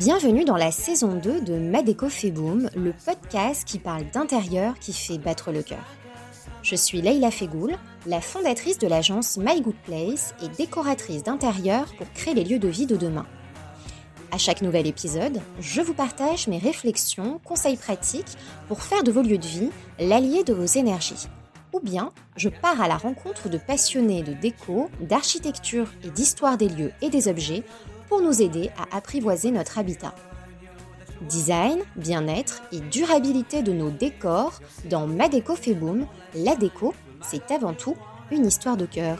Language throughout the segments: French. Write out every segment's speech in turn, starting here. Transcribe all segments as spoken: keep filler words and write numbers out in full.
Bienvenue dans la saison deux de Ma Déco fait boom, le podcast qui parle d'intérieur qui fait battre le cœur. Je suis Leïla Fegoul, la fondatrice de l'agence My Good Place et décoratrice d'intérieur pour créer les lieux de vie de demain. À chaque nouvel épisode, je vous partage mes réflexions, conseils pratiques pour faire de vos lieux de vie l'allié de vos énergies. Ou bien, je pars à la rencontre de passionnés de déco, d'architecture et d'histoire des lieux et des objets pour nous aider à apprivoiser notre habitat. Design, bien-être et durabilité de nos décors dans Ma Déco fait boom, la déco, c'est avant tout une histoire de cœur.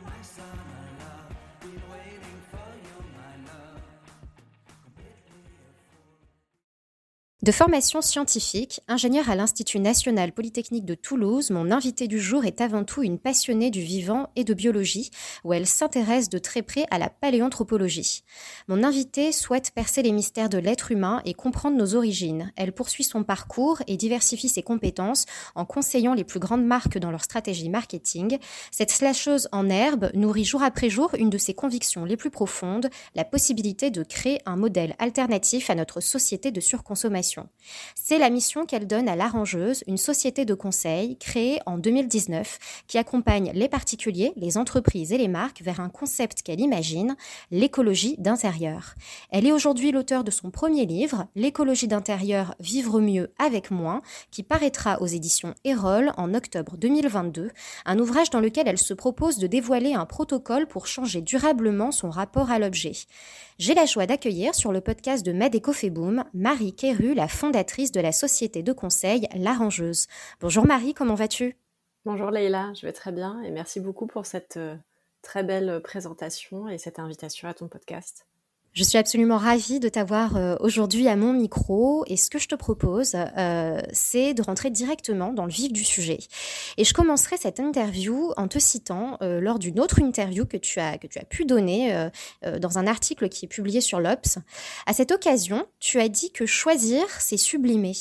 De formation scientifique, ingénieure à l'Institut national polytechnique de Toulouse, mon invitée du jour est avant tout une passionnée du vivant et de biologie, où elle s'intéresse de très près à la paléanthropologie. Mon invitée souhaite percer les mystères de l'être humain et comprendre nos origines. Elle poursuit son parcours et diversifie ses compétences en conseillant les plus grandes marques dans leur stratégie marketing. Cette slasheuse en herbe nourrit jour après jour une de ses convictions les plus profondes, la possibilité de créer un modèle alternatif à notre société de surconsommation. C'est la mission qu'elle donne à l'Arrangeuse, une société de conseil créée en deux mille dix-neuf qui accompagne les particuliers, les entreprises et les marques vers un concept qu'elle imagine, l'écologie d'intérieur. Elle est aujourd'hui l'auteure de son premier livre, L'écologie d'intérieur, vivre mieux avec moins, qui paraîtra aux éditions Erol en octobre deux mille vingt-deux, un ouvrage dans lequel elle se propose de dévoiler un protocole pour changer durablement son rapport à l'objet. J'ai la joie d'accueillir sur le podcast de Ma Déco fait boom, Marie Quéru, la fondatrice de la société de conseil L'Arrangeuse. Bonjour Marie, comment vas-tu ? Bonjour Leïla, je vais très bien et merci beaucoup pour cette euh, très belle présentation et cette invitation à ton podcast. Je suis absolument ravie de t'avoir euh, aujourd'hui à mon micro et ce que je te propose, euh, c'est de rentrer directement dans le vif du sujet. Et je commencerai cette interview en te citant euh, lors d'une autre interview que tu as, que tu as pu donner euh, euh, dans un article qui est publié sur l'Obs. À cette occasion, tu as dit que choisir, c'est sublimer.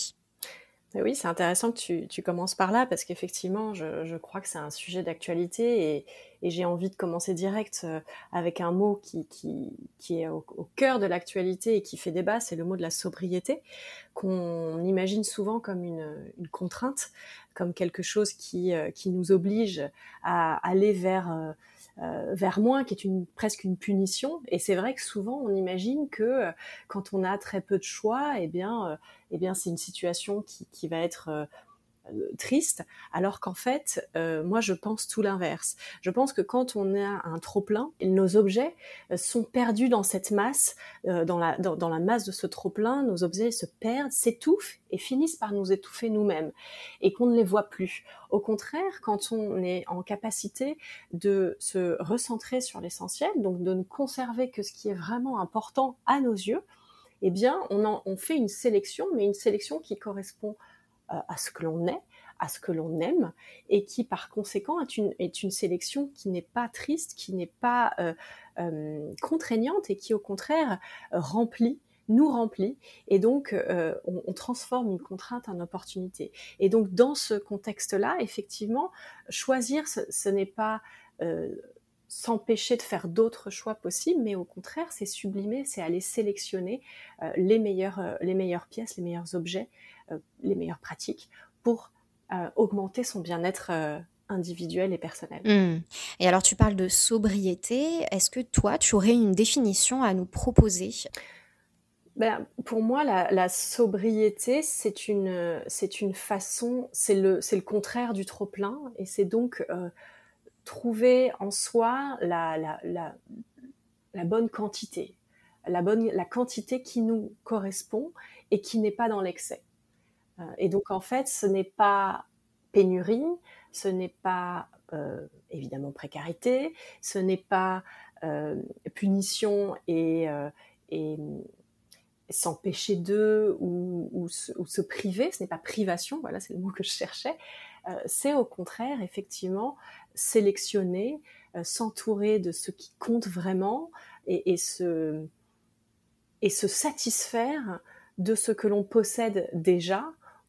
Et oui, c'est intéressant que tu, tu commences par là parce qu'effectivement, je, je crois que c'est un sujet d'actualité et, et j'ai envie de commencer direct euh, avec un mot qui, qui, qui est au, au cœur de l'actualité et qui fait débat, c'est le mot de la sobriété, qu'on imagine souvent comme une, une contrainte, comme quelque chose qui, euh, qui nous oblige à aller vers... Euh, Euh, vers moins, qui est une, presque une punition. Et c'est vrai que souvent, on imagine que euh, quand on a très peu de choix, eh bien, euh, eh bien c'est une situation qui, qui va être euh, triste, alors qu'en fait, euh, moi, je pense tout l'inverse. Je pense que quand on a un trop-plein, nos objets euh, sont perdus dans cette masse, euh, dans, la, dans, dans la masse de ce trop-plein, nos objets se perdent, s'étouffent et finissent par nous étouffer nous-mêmes, et qu'on ne les voit plus. Au contraire, quand on est en capacité de se recentrer sur l'essentiel, donc de ne conserver que ce qui est vraiment important à nos yeux, eh bien, on, en, on fait une sélection, mais une sélection qui correspond à ce que l'on est, à ce que l'on aime, et qui par conséquent est une, est une sélection qui n'est pas triste, qui n'est pas euh, euh, contraignante, et qui au contraire remplit, nous remplit, et donc euh, on, on transforme une contrainte en opportunité. Et donc dans ce contexte-là, effectivement, choisir, ce, ce n'est pas... Euh, s'empêcher de faire d'autres choix possibles, mais au contraire, c'est sublimer, c'est aller sélectionner euh, les, meilleures, euh, les meilleures pièces, les meilleurs objets, euh, les meilleures pratiques pour euh, augmenter son bien-être euh, individuel et personnel. Mmh. Et alors, tu parles de sobriété. Est-ce que toi, tu aurais une définition à nous proposer ? Ben, pour moi, la, la sobriété, c'est une, c'est une façon, c'est le, c'est le contraire du trop-plein, et c'est donc... Euh, trouver en soi la, la, la, la bonne quantité, la, bonne, la quantité qui nous correspond et qui n'est pas dans l'excès. Euh, et donc, en fait, ce n'est pas pénurie, ce n'est pas euh, évidemment précarité, ce n'est pas euh, punition et, euh, et s'empêcher d'eux ou, ou, se, ou se priver, ce n'est pas privation, voilà, c'est le mot que je cherchais, euh, c'est au contraire, effectivement, sélectionner, euh, s'entourer de ce qui compte vraiment et, et, se, et se satisfaire de ce que l'on possède déjà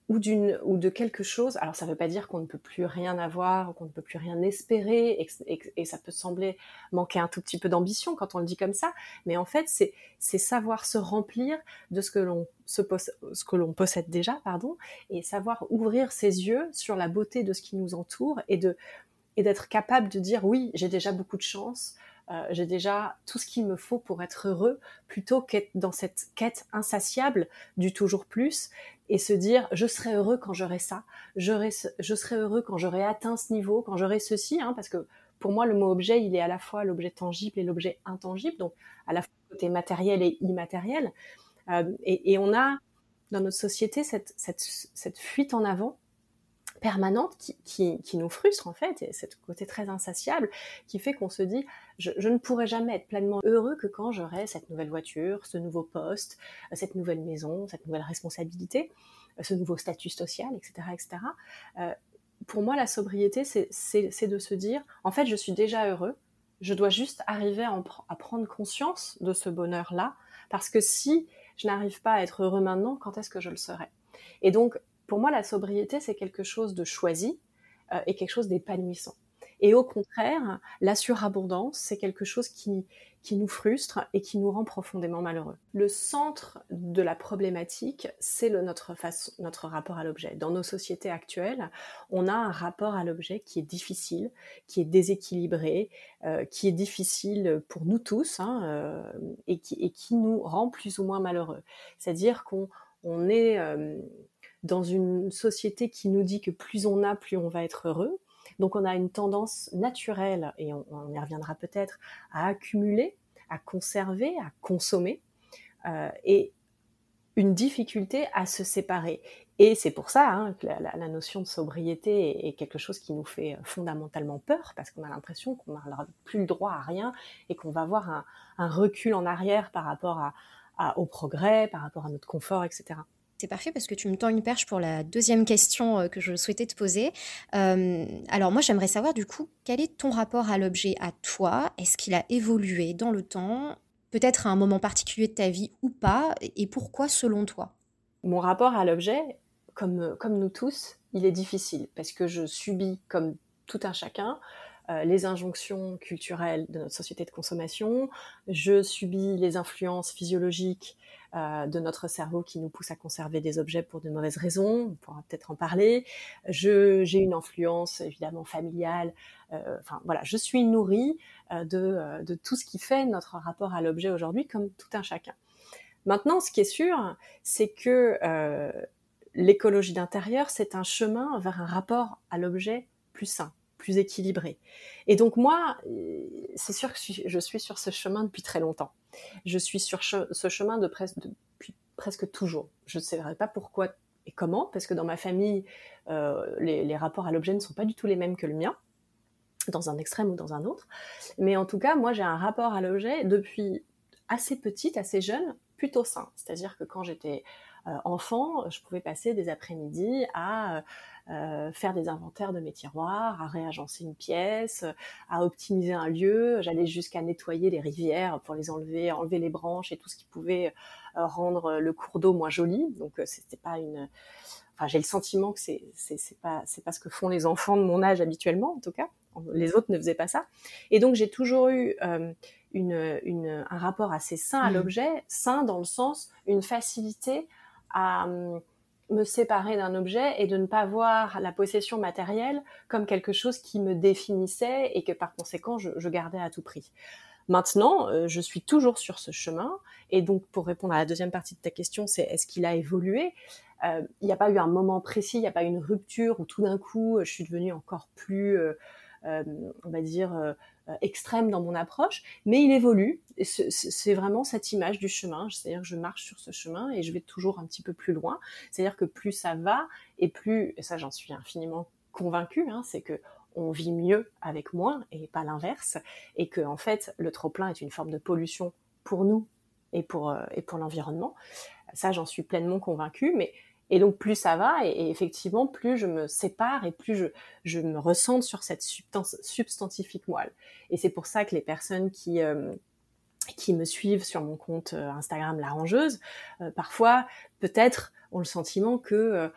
ou, d'une, ou de quelque chose. Alors ça ne veut pas dire qu'on ne peut plus rien avoir, ou qu'on ne peut plus rien espérer, et, et, et ça peut sembler manquer un tout petit peu d'ambition quand on le dit comme ça, mais en fait c'est, c'est savoir se remplir de ce que l'on, se poss- ce que l'on possède déjà, pardon, et savoir ouvrir ses yeux sur la beauté de ce qui nous entoure, et, de, et d'être capable de dire oui, j'ai déjà beaucoup de chance, euh, j'ai déjà tout ce qu'il me faut pour être heureux, plutôt qu'être dans cette quête insatiable du toujours plus, et se dire je serai heureux quand j'aurai ça, j'aurai ce, je serai heureux quand j'aurai atteint ce niveau, quand j'aurai ceci, hein, parce que pour moi le mot objet il est à la fois l'objet tangible et l'objet intangible, donc à la fois côté matériel et immatériel, euh, et, et on a dans notre société cette, cette, cette fuite en avant permanente qui, qui, qui nous frustre en fait, et cette côté très insatiable qui fait qu'on se dit je, je ne pourrai jamais être pleinement heureux que quand j'aurai cette nouvelle voiture, ce nouveau poste, cette nouvelle maison, cette nouvelle responsabilité, ce nouveau statut social, et cetera, et cetera. Euh, pour moi, la sobriété, c'est, c'est, c'est de se dire en fait, je suis déjà heureux, je dois juste arriver à, en, à prendre conscience de ce bonheur-là, parce que si je n'arrive pas à être heureux maintenant, quand est-ce que je le serai ? Et donc, pour moi, la sobriété, c'est quelque chose de choisi euh, et quelque chose d'épanouissant. Et au contraire, la surabondance, c'est quelque chose qui, qui nous frustre et qui nous rend profondément malheureux. Le centre de la problématique, c'est le, notre, façon, notre rapport à l'objet. Dans nos sociétés actuelles, on a un rapport à l'objet qui est difficile, qui est déséquilibré, euh, qui est difficile pour nous tous, hein, euh, et, qui, et qui nous rend plus ou moins malheureux. C'est-à-dire qu'on on est... Euh, dans une société qui nous dit que plus on a, plus on va être heureux. Donc on a une tendance naturelle, et on, on y reviendra peut-être, à accumuler, à conserver, à consommer, euh, et une difficulté à se séparer. Et c'est pour ça hein, que la, la, la notion de sobriété est, est quelque chose qui nous fait fondamentalement peur, parce qu'on a l'impression qu'on n'a plus le droit à rien, et qu'on va avoir un, un recul en arrière par rapport à, à, au progrès, par rapport à notre confort, et cetera. C'est parfait parce que tu me tends une perche pour la deuxième question que je souhaitais te poser. Euh, alors moi, j'aimerais savoir du coup, quel est ton rapport à l'objet à toi ? Est-ce qu'il a évolué dans le temps ? Peut-être à un moment particulier de ta vie ou pas ? Et pourquoi selon toi ? Mon rapport à l'objet, comme, comme nous tous, il est difficile parce que je subis, comme tout un chacun, euh, les injonctions culturelles de notre société de consommation, je subis les influences physiologiques euh, de notre cerveau qui nous poussent à conserver des objets pour de mauvaises raisons, on pourra peut-être en parler, je, j'ai une influence évidemment familiale, euh, enfin voilà, je suis nourrie euh, de, euh, de tout ce qui fait notre rapport à l'objet aujourd'hui, comme tout un chacun. Maintenant, ce qui est sûr, c'est que euh, l'écologie d'intérieur, c'est un chemin vers un rapport à l'objet plus sain, plus équilibré. Et donc moi, c'est sûr que je suis sur ce chemin depuis très longtemps. Je suis sur ce chemin de pres- depuis presque toujours. Je ne sais pas pourquoi et comment, parce que dans ma famille, euh, les, les rapports à l'objet ne sont pas du tout les mêmes que le mien, dans un extrême ou dans un autre. Mais en tout cas, moi, j'ai un rapport à l'objet depuis assez petite, assez jeune, plutôt sain. C'est-à-dire que quand j'étais euh, enfant, je pouvais passer des après-midi à euh, faire des inventaires de mes tiroirs, à réagencer une pièce, à optimiser un lieu. J'allais jusqu'à nettoyer les rivières pour les enlever, enlever les branches et tout ce qui pouvait euh, rendre le cours d'eau moins joli. Donc euh, c'était pas une... Enfin, j'ai le sentiment que c'est, c'est, c'est pas, c'est pas ce que font les enfants de mon âge habituellement, en tout cas. Les autres ne faisaient pas ça. Et donc, j'ai toujours eu euh, une, une, un rapport assez sain à l'objet, sain dans le sens, une facilité à euh, me séparer d'un objet et de ne pas voir la possession matérielle comme quelque chose qui me définissait et que par conséquent, je, je gardais à tout prix. Maintenant, euh, je suis toujours sur ce chemin. Et donc, pour répondre à la deuxième partie de ta question, c'est est-ce qu'il a évolué ? Il euh, n'y a pas eu un moment précis, il n'y a pas eu une rupture où tout d'un coup, je suis devenue encore plus... Euh, Euh, on va dire, euh, extrême dans mon approche, mais il évolue. Et c'est, c'est vraiment cette image du chemin, c'est-à-dire que je marche sur ce chemin et je vais toujours un petit peu plus loin. C'est-à-dire que plus ça va, et plus, et ça j'en suis infiniment convaincue, hein, c'est que on vit mieux avec moins et pas l'inverse, et que en fait le trop-plein est une forme de pollution pour nous et pour, euh, et pour l'environnement. Ça j'en suis pleinement convaincue, mais et donc, plus ça va, et, et effectivement, plus je me sépare et plus je, je me ressente sur cette substance, substantifique moelle. Et c'est pour ça que les personnes qui, euh, qui me suivent sur mon compte Instagram La Rangeuse, euh, parfois, peut-être, ont le sentiment que euh,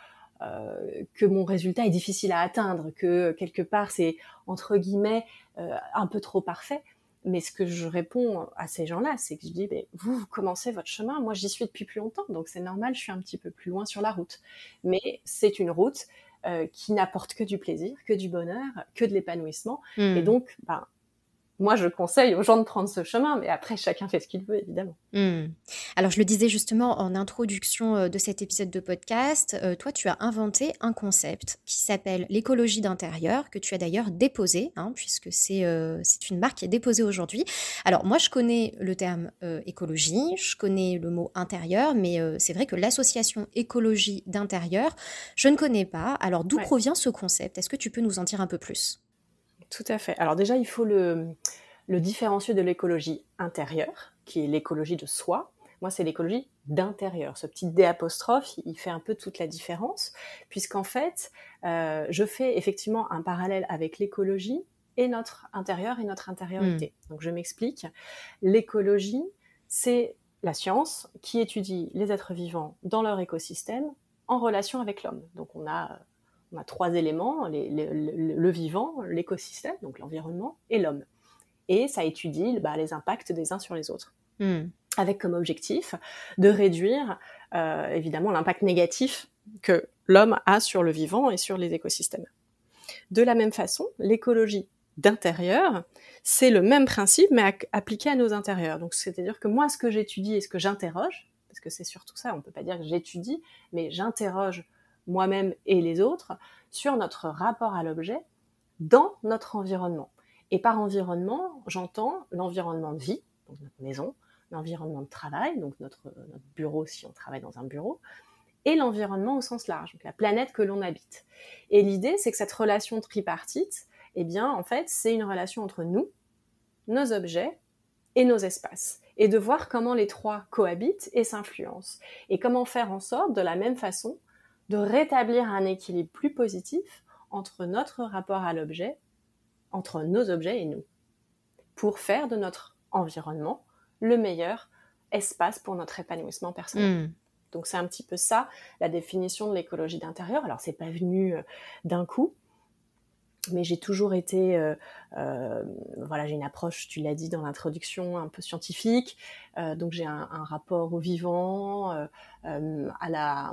euh, que mon résultat est difficile à atteindre, que quelque part c'est entre guillemets euh, un peu trop parfait. Mais ce que je réponds à ces gens-là, c'est que je dis, mais vous, vous commencez votre chemin, moi j'y suis depuis plus longtemps, donc c'est normal, je suis un petit peu plus loin sur la route. Mais c'est une route euh, qui n'apporte que du plaisir, que du bonheur, que de l'épanouissement. Mmh. Et donc, ben, moi, je conseille aux gens de prendre ce chemin, mais après, chacun fait ce qu'il veut, évidemment. Mmh. Alors, je le disais justement en introduction euh, de cet épisode de podcast, euh, toi, tu as inventé un concept qui s'appelle l'écologie d'intérieur, que tu as d'ailleurs déposé, hein, puisque c'est euh, c'est une marque qui est déposée aujourd'hui. Alors, moi, je connais le terme euh, écologie, je connais le mot intérieur, mais euh, c'est vrai que l'association écologie d'intérieur, je ne connais pas. Alors, d'où Ouais. provient ce concept? Est-ce que tu peux nous en dire un peu plus? Tout à fait. Alors déjà, il faut le, le différencier de l'écologie intérieure, qui est l'écologie de soi. Moi, c'est l'écologie d'intérieur. Ce petit D apostrophe, il fait un peu toute la différence, puisqu'en fait, euh, je fais effectivement un parallèle avec l'écologie et notre intérieur et notre intériorité. Mmh. Donc je m'explique. L'écologie, c'est la science qui étudie les êtres vivants dans leur écosystème en relation avec l'homme. Donc on a... On a trois éléments, les, les, le, le vivant, l'écosystème, donc l'environnement, et l'homme. Et ça étudie bah, les impacts des uns sur les autres. Mm. Avec comme objectif de réduire, euh, évidemment, l'impact négatif que l'homme a sur le vivant et sur les écosystèmes. De la même façon, l'écologie d'intérieur, c'est le même principe, mais à, appliqué à nos intérieurs. Donc, c'est-à-dire que moi, ce que j'étudie et ce que j'interroge, parce que c'est surtout ça, on ne peut pas dire que j'étudie, mais j'interroge moi-même et les autres, sur notre rapport à l'objet dans notre environnement. Et par environnement, j'entends l'environnement de vie, donc notre maison, l'environnement de travail, donc notre, notre bureau si on travaille dans un bureau, et l'environnement au sens large, donc la planète que l'on habite. Et l'idée, c'est que cette relation tripartite, eh bien, en fait, c'est une relation entre nous, nos objets et nos espaces. Et de voir comment les trois cohabitent et s'influencent. Et comment faire en sorte, de la même façon, de rétablir un équilibre plus positif entre notre rapport à l'objet, entre nos objets et nous, pour faire de notre environnement le meilleur espace pour notre épanouissement personnel. Mmh. Donc c'est un petit peu ça, la définition de l'écologie d'intérieur. Alors c'est pas venu euh, d'un coup, mais j'ai toujours été, euh, euh, voilà, j'ai une approche, tu l'as dit dans l'introduction, un peu scientifique. Euh, donc j'ai un, un rapport au vivant, euh, euh, à la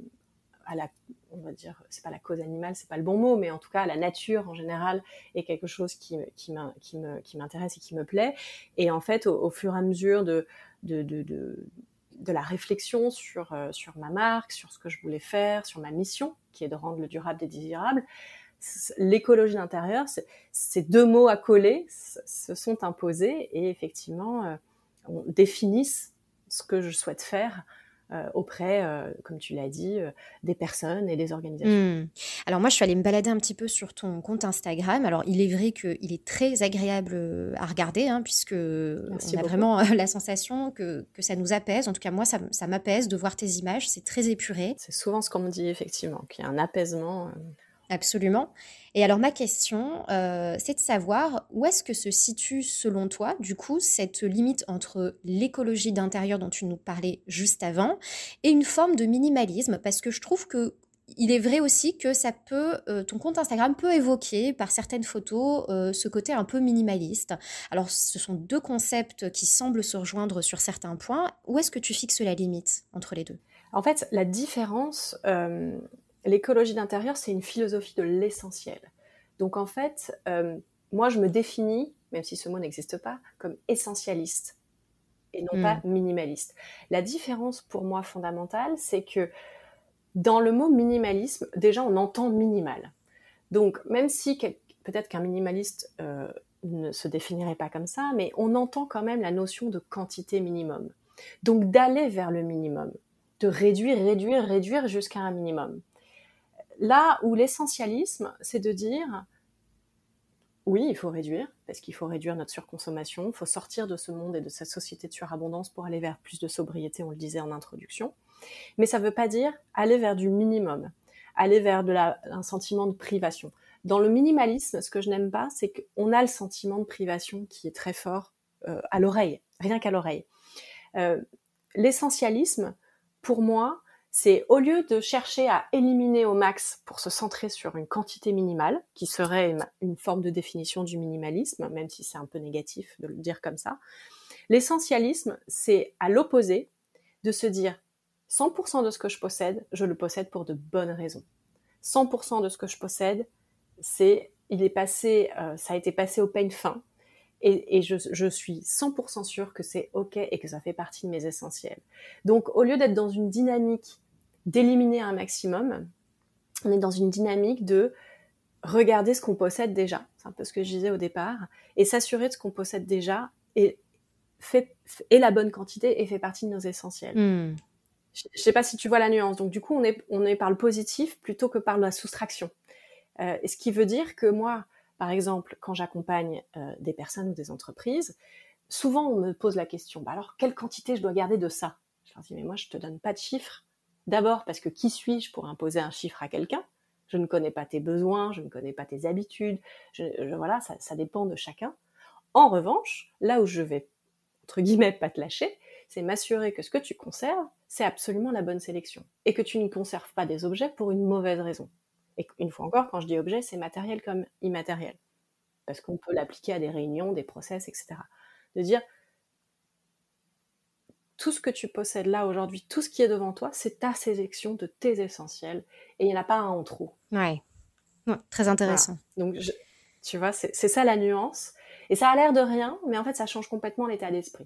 à la, on va dire, c'est pas la cause animale, c'est pas le bon mot, mais en tout cas, la nature en général est quelque chose qui, qui, qui, me, qui m'intéresse et qui me plaît. Et en fait, au, au fur et à mesure de, de, de, de, de la réflexion sur, euh, sur ma marque, sur ce que je voulais faire, sur ma mission, qui est de rendre le durable désirable, l'écologie d'intérieur, c'est, ces deux mots à coller se sont imposés et effectivement, euh, on définissent ce que je souhaite faire Euh, auprès, euh, comme tu l'as dit, euh, des personnes et des organisations. Mmh. Alors moi, je suis allée me balader un petit peu sur ton compte Instagram. Alors, il est vrai qu'il est très agréable à regarder, hein, puisque Merci on a beaucoup. vraiment la sensation que, que ça nous apaise. En tout cas, moi, ça, ça m'apaise de voir tes images. C'est très épuré. C'est souvent ce qu'on me dit, effectivement, qu'il y a un apaisement. Euh... Absolument. Et alors ma question, euh, c'est de savoir où est-ce que se situe selon toi, du coup, cette limite entre l'écologie d'intérieur dont tu nous parlais juste avant et une forme de minimalisme, parce que je trouve que il est vrai aussi que ça peut, euh, ton compte Instagram peut évoquer par certaines photos euh, ce côté un peu minimaliste. Alors ce sont deux concepts qui semblent se rejoindre sur certains points. Où est-ce que tu fixes la limite entre les deux ? En fait, la différence... Euh... L'écologie d'intérieur, c'est une philosophie de l'essentiel. Donc en fait, euh, moi je me définis, même si ce mot n'existe pas, comme essentialiste et non mmh. pas minimaliste. La différence pour moi fondamentale, c'est que dans le mot minimalisme, déjà on entend minimal. Donc même si quel... peut-être qu'un minimaliste euh, ne se définirait pas comme ça, mais on entend quand même la notion de quantité minimum. Donc d'aller vers le minimum, de réduire, réduire, réduire jusqu'à un minimum. Là où l'essentialisme, c'est de dire, oui, il faut réduire, parce qu'il faut réduire notre surconsommation, il faut sortir de ce monde et de cette société de surabondance pour aller vers plus de sobriété, on le disait en introduction. Mais ça ne veut pas dire aller vers du minimum, aller vers de la, un sentiment de privation. Dans le minimalisme, ce que je n'aime pas, c'est qu'on a le sentiment de privation qui est très fort euh, à l'oreille, rien qu'à l'oreille. Euh, l'essentialisme, pour moi, c'est au lieu de chercher à éliminer au max pour se centrer sur une quantité minimale, qui serait une, une forme de définition du minimalisme, même si c'est un peu négatif de le dire comme ça, l'essentialisme, c'est à l'opposé de se dire cent pour cent de ce que je possède, je le possède pour de bonnes raisons. cent pour cent de ce que je possède, c'est, il est passé, euh, ça a été passé au peigne fin, et, et je, je suis cent pour cent sûre que c'est ok et que ça fait partie de mes essentiels. Donc, au lieu d'être dans une dynamique d'éliminer un maximum, on est dans une dynamique de regarder ce qu'on possède déjà. C'est un peu ce que je disais au départ, et s'assurer de ce qu'on possède déjà et fait, et la bonne quantité et fait partie de nos essentiels. Mm. Je ne sais pas si tu vois la nuance. Donc, du coup, on est, on est par le positif plutôt que par la soustraction. Euh, ce qui veut dire que moi, par exemple, quand j'accompagne euh, des personnes ou des entreprises, souvent on me pose la question, bah alors quelle quantité je dois garder de ça? Je leur dis, mais moi je te donne pas de chiffre. D'abord parce que qui suis-je pour imposer un chiffre à quelqu'un? Je ne connais pas tes besoins, je ne connais pas tes habitudes, je, je, voilà, ça, ça dépend de chacun. En revanche, là où je vais, entre guillemets, pas te lâcher, c'est m'assurer que ce que tu conserves, c'est absolument la bonne sélection. Et que tu ne conserves pas des objets pour une mauvaise raison. Et une fois encore, quand je dis objet, c'est matériel comme immatériel. Parce qu'on peut l'appliquer à des réunions, des process, et cetera. De dire, tout ce que tu possèdes là aujourd'hui, tout ce qui est devant toi, c'est ta sélection de tes essentiels. Et il n'y en a pas un en trop. Ouais, ouais, très intéressant. Voilà. Donc, je, tu vois, c'est, c'est ça la nuance. Et ça a l'air de rien, mais en fait, ça change complètement l'état d'esprit.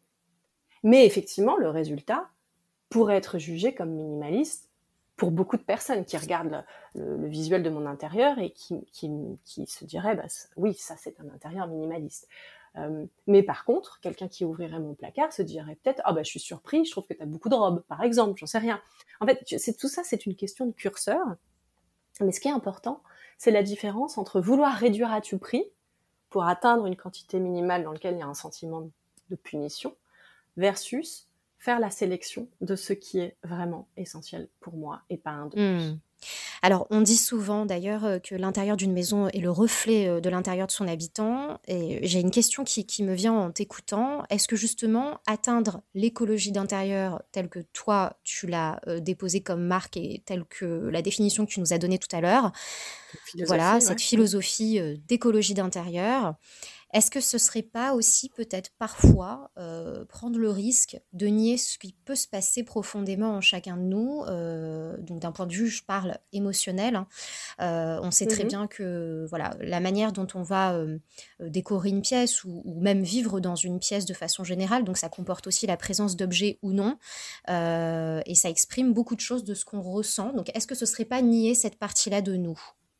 Mais effectivement, le résultat pourrait être jugé comme minimaliste pour beaucoup de personnes qui regardent le, le, le visuel de mon intérieur et qui, qui, qui se diraient, bah, oui, ça c'est un intérieur minimaliste. Euh, mais par contre, quelqu'un qui ouvrirait mon placard se dirait peut-être, ah oh, bah je suis surpris, je trouve que tu as beaucoup de robes, par exemple, j'en sais rien. En fait, c'est, tout ça, c'est une question de curseur. Mais ce qui est important, c'est la différence entre vouloir réduire à tout prix pour atteindre une quantité minimale dans laquelle il y a un sentiment de punition, versus faire la sélection de ce qui est vraiment essentiel pour moi et pas un de plus. Mmh. Alors, on dit souvent d'ailleurs que l'intérieur d'une maison est le reflet de l'intérieur de son habitant. Et j'ai une question qui, qui me vient en t'écoutant. Est-ce que justement, atteindre l'écologie d'intérieur telle que toi, tu l'as euh, déposée comme marque et telle que la définition que tu nous as donnée tout à l'heure, voilà, ouais. cette philosophie euh, d'écologie d'intérieur, est-ce que ce serait pas aussi peut-être parfois euh, prendre le risque de nier ce qui peut se passer profondément en chacun de nous, euh, donc d'un point de vue, je parle émotionnel, hein. Euh, on sait très Mm-hmm. bien que voilà, la manière dont on va euh, décorer une pièce ou, ou même vivre dans une pièce de façon générale, donc ça comporte aussi la présence d'objets ou non, euh, et ça exprime beaucoup de choses de ce qu'on ressent. Donc est-ce que ce serait pas nier cette partie-là de nous ?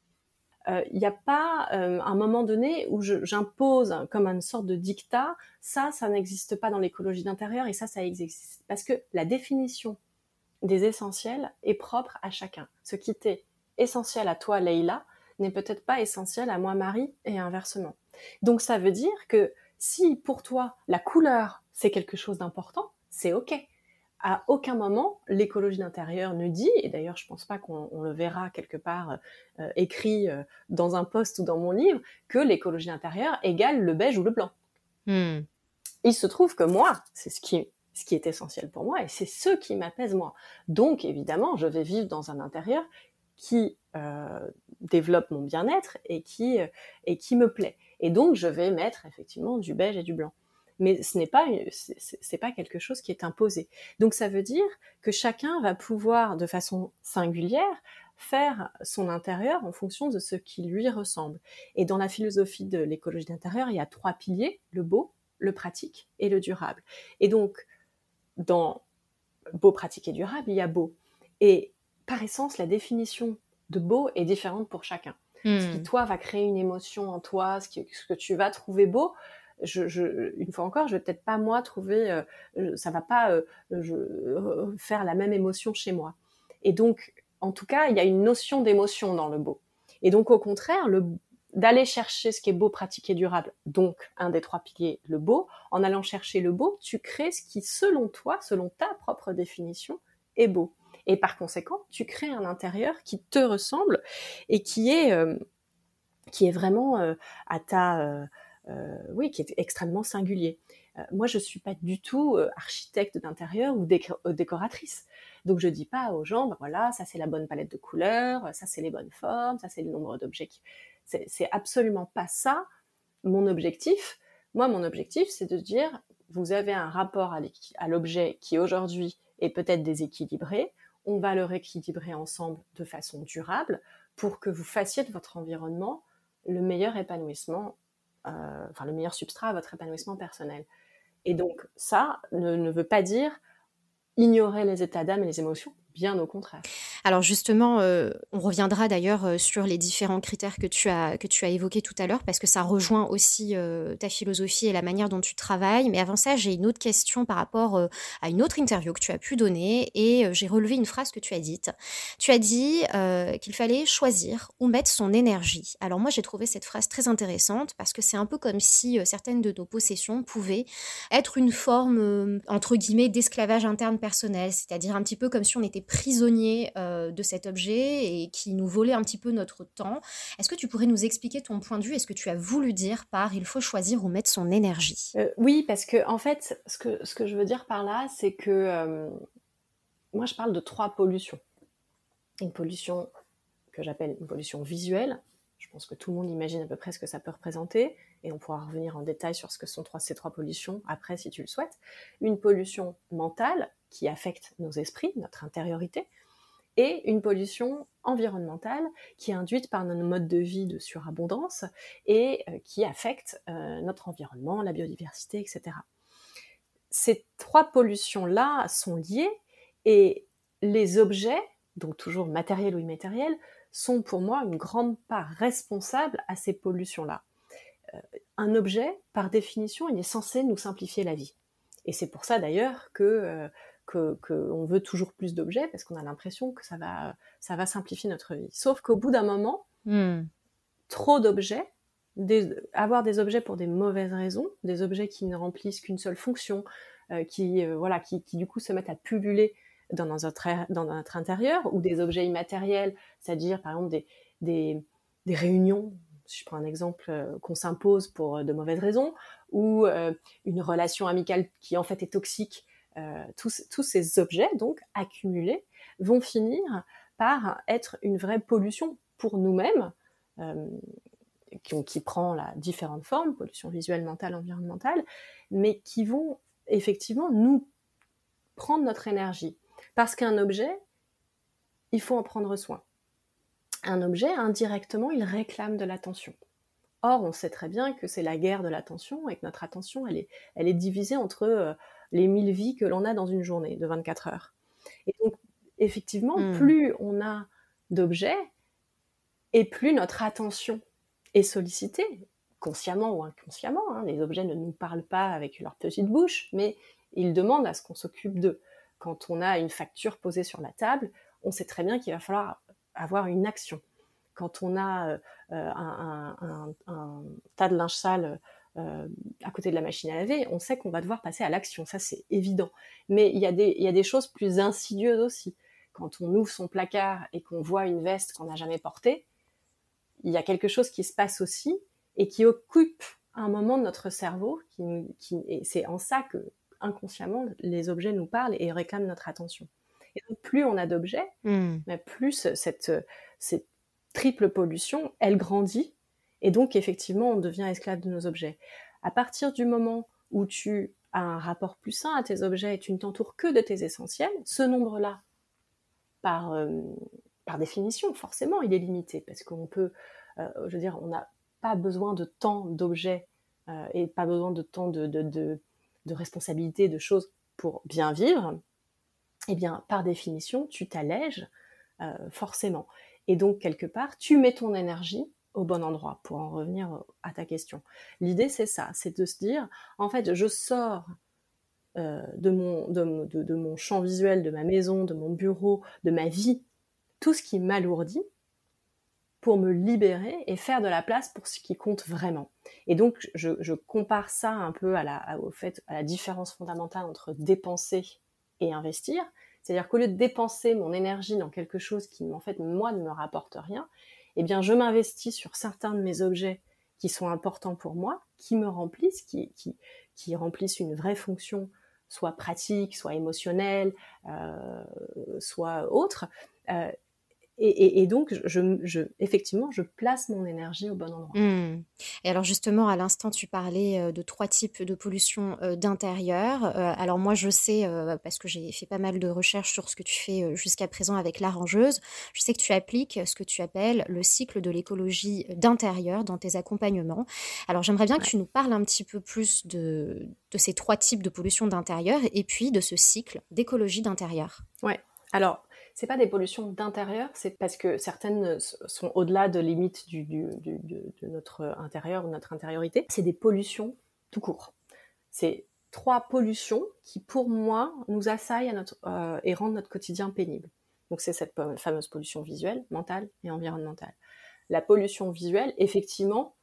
Il euh, n'y a pas euh, un moment donné où je, j'impose comme une sorte de dictat, ça, ça n'existe pas dans l'écologie d'intérieur et ça, ça existe. Parce que la définition des essentiels est propre à chacun. Ce qui t'est essentiel à toi, Leïla, n'est peut-être pas essentiel à moi, Marie, et inversement. Donc ça veut dire que si pour toi, la couleur, c'est quelque chose d'important, c'est ok. À aucun moment, l'écologie d'intérieur ne dit, et d'ailleurs je pense pas qu'on on le verra quelque part euh, écrit euh, dans un post ou dans mon livre, que l'écologie d'intérieur égale le beige ou le blanc. Hmm. Il se trouve que moi, c'est ce qui, ce qui est essentiel pour moi, et c'est ce qui m'apaise moi. Donc évidemment, je vais vivre dans un intérieur qui euh, développe mon bien-être et qui, euh, et qui me plaît. Et donc je vais mettre effectivement du beige et du blanc. Mais ce n'est pas, c'est, c'est pas quelque chose qui est imposé. Donc ça veut dire que chacun va pouvoir, de façon singulière, faire son intérieur en fonction de ce qui lui ressemble. Et dans la philosophie de l'écologie d'intérieur, il y a trois piliers, le beau, le pratique et le durable. Et donc, dans beau, pratique et durable, il y a beau. Et par essence, la définition de beau est différente pour chacun. Mmh. Ce qui, toi, va créer une émotion en toi, ce, qui, ce que tu vas trouver beau, Je, je, une fois encore, je vais peut-être pas moi trouver, euh, ça va pas euh, je, euh, faire la même émotion chez moi. Et donc, en tout cas, il y a une notion d'émotion dans le beau. Et donc, au contraire, le, d'aller chercher ce qui est beau, pratique et durable, donc un des trois piliers, le beau, en allant chercher le beau, tu crées ce qui, selon toi, selon ta propre définition, est beau. Et par conséquent, tu crées un intérieur qui te ressemble et qui est, euh, qui est vraiment euh, à ta... Euh, Euh, oui, qui est extrêmement singulier. Euh, moi, je suis pas du tout euh, architecte d'intérieur ou déco- euh, décoratrice. Donc, je dis pas aux gens, ben voilà, ça c'est la bonne palette de couleurs, ça c'est les bonnes formes, ça c'est le nombre d'objets. Qui... C'est, c'est absolument pas ça mon objectif. Moi, mon objectif, c'est de dire, vous avez un rapport à, à l'objet qui aujourd'hui est peut-être déséquilibré, on va le rééquilibrer ensemble de façon durable pour que vous fassiez de votre environnement le meilleur épanouissement, euh, enfin le meilleur substrat à votre épanouissement personnel. Et donc ça ne, ne veut pas dire ignorer les états d'âme et les émotions, bien au contraire. Alors justement, euh, on reviendra d'ailleurs euh, sur les différents critères que tu as, que tu as évoqués tout à l'heure, parce que ça rejoint aussi euh, ta philosophie et la manière dont tu travailles. Mais avant ça, j'ai une autre question par rapport euh, à une autre interview que tu as pu donner, et euh, j'ai relevé une phrase que tu as dite. Tu as dit euh, qu'il fallait choisir où mettre son énergie. Alors moi, j'ai trouvé cette phrase très intéressante, parce que c'est un peu comme si euh, certaines de nos possessions pouvaient être une forme, euh, entre guillemets, d'esclavage interne personnel, c'est-à-dire un petit peu comme si on était prisonnier euh, de cet objet et qui nous volait un petit peu notre temps. Est-ce que tu pourrais nous expliquer ton point de vue et ce que tu as voulu dire par il faut choisir où mettre son énergie? euh, Oui, parce que en fait, ce que, ce que je veux dire par là, c'est que euh, moi, je parle de trois pollutions. Une pollution que j'appelle une pollution visuelle. Je pense que tout le monde imagine à peu près ce que ça peut représenter, et on pourra revenir en détail sur ce que sont trois, ces trois pollutions après, si tu le souhaites. Une pollution mentale qui affecte nos esprits, notre intériorité, et une pollution environnementale qui est induite par nos modes de vie de surabondance et euh, qui affecte euh, notre environnement, la biodiversité, et cetera. Ces trois pollutions-là sont liées, et les objets, donc toujours matériels ou immatériels, sont pour moi une grande part responsable à ces pollutions-là. Euh, un objet, par définition, il est censé nous simplifier la vie. Et c'est pour ça d'ailleurs que, euh, que, que on veut toujours plus d'objets, parce qu'on a l'impression que ça va, ça va simplifier notre vie. Sauf qu'au bout d'un moment, Hmm. trop d'objets, des, avoir des objets pour des mauvaises raisons, des objets qui ne remplissent qu'une seule fonction, euh, qui, euh, voilà, qui, qui du coup se mettent à pulluler dans notre, dans notre intérieur, ou des objets immatériels, c'est-à-dire par exemple des, des, des réunions, si je prends un exemple, euh, qu'on s'impose pour euh, de mauvaises raisons, ou euh, une relation amicale qui en fait est toxique. Euh, tous, tous ces objets, donc accumulés, vont finir par être une vraie pollution pour nous-mêmes, euh, qui, qui prend là, différentes formes, pollution visuelle, mentale, environnementale, mais qui vont effectivement nous prendre notre énergie. Parce qu'un objet, il faut en prendre soin. Un objet, indirectement, il réclame de l'attention. Or, on sait très bien que c'est la guerre de l'attention, et que notre attention, elle est, elle est divisée entre euh, les mille vies que l'on a dans une journée de vingt-quatre heures. Et donc, effectivement, Hmm. plus on a d'objets, et plus notre attention est sollicitée, consciemment ou inconsciemment. Hein. Les objets ne nous parlent pas avec leur petite bouche, mais ils demandent à ce qu'on s'occupe d'eux. Quand on a une facture posée sur la table, on sait très bien qu'il va falloir avoir une action. Quand on a euh, un, un, un, un tas de linge sale euh, à côté de la machine à laver, on sait qu'on va devoir passer à l'action, ça c'est évident. Mais il y a des, il y a des choses plus insidieuses aussi. Quand on ouvre son placard et qu'on voit une veste qu'on n'a jamais portée, il y a quelque chose qui se passe aussi et qui occupe un moment de notre cerveau. Qui, qui, et c'est en ça que, inconsciemment, les objets nous parlent et réclament notre attention. Et donc, plus on a d'objets, Hmm. plus cette, cette triple pollution, elle grandit. Et donc, effectivement, on devient esclave de nos objets. À partir du moment où tu as un rapport plus sain à tes objets et tu ne t'entoures que de tes essentiels, ce nombre-là, par... Euh, par définition, forcément, il est limité, parce qu'on peut, euh, je veux dire, on n'a pas besoin de tant d'objets euh, et pas besoin de tant de, de, de, de responsabilités, de choses pour bien vivre. Eh bien, par définition, tu t'allèges euh, forcément. Et donc, quelque part, tu mets ton énergie au bon endroit, pour en revenir à ta question. L'idée, c'est ça, c'est de se dire, en fait, je sors euh, de, mon, de, de, de mon champ visuel, de ma maison, de mon bureau, de ma vie, tout ce qui m'alourdit, pour me libérer et faire de la place pour ce qui compte vraiment. Et donc, je, je compare ça un peu à la, à, au fait, à la différence fondamentale entre dépenser et investir. C'est-à-dire qu'au lieu de dépenser mon énergie dans quelque chose qui, en fait, moi, ne me rapporte rien, eh bien, je m'investis sur certains de mes objets qui sont importants pour moi, qui me remplissent, qui, qui, qui remplissent une vraie fonction, soit pratique, soit émotionnelle, euh, soit autre. Euh, et, et, et donc, je, je, effectivement, je place mon énergie au bon endroit. Mmh. Et alors justement, à l'instant, tu parlais euh, de trois types de pollution euh, d'intérieur. Euh, alors moi, je sais, euh, parce que j'ai fait pas mal de recherches sur ce que tu fais euh, jusqu'à présent avec l'arrangeuse, je sais que tu appliques ce que tu appelles le cycle de l'écologie d'intérieur dans tes accompagnements. Alors j'aimerais bien que Ouais. tu nous parles un petit peu plus de, de ces trois types de pollution d'intérieur et puis de ce cycle d'écologie d'intérieur. Ouais. Alors, c'est pas des pollutions d'intérieur, c'est parce que certaines sont au-delà de limites du, du, du, de, de notre intérieur ou notre intériorité. C'est des pollutions tout court. C'est trois pollutions qui, pour moi, nous assaillent à notre, euh, et rendent notre quotidien pénible. Donc, c'est cette fameuse pollution visuelle, mentale et environnementale. La pollution visuelle, effectivement,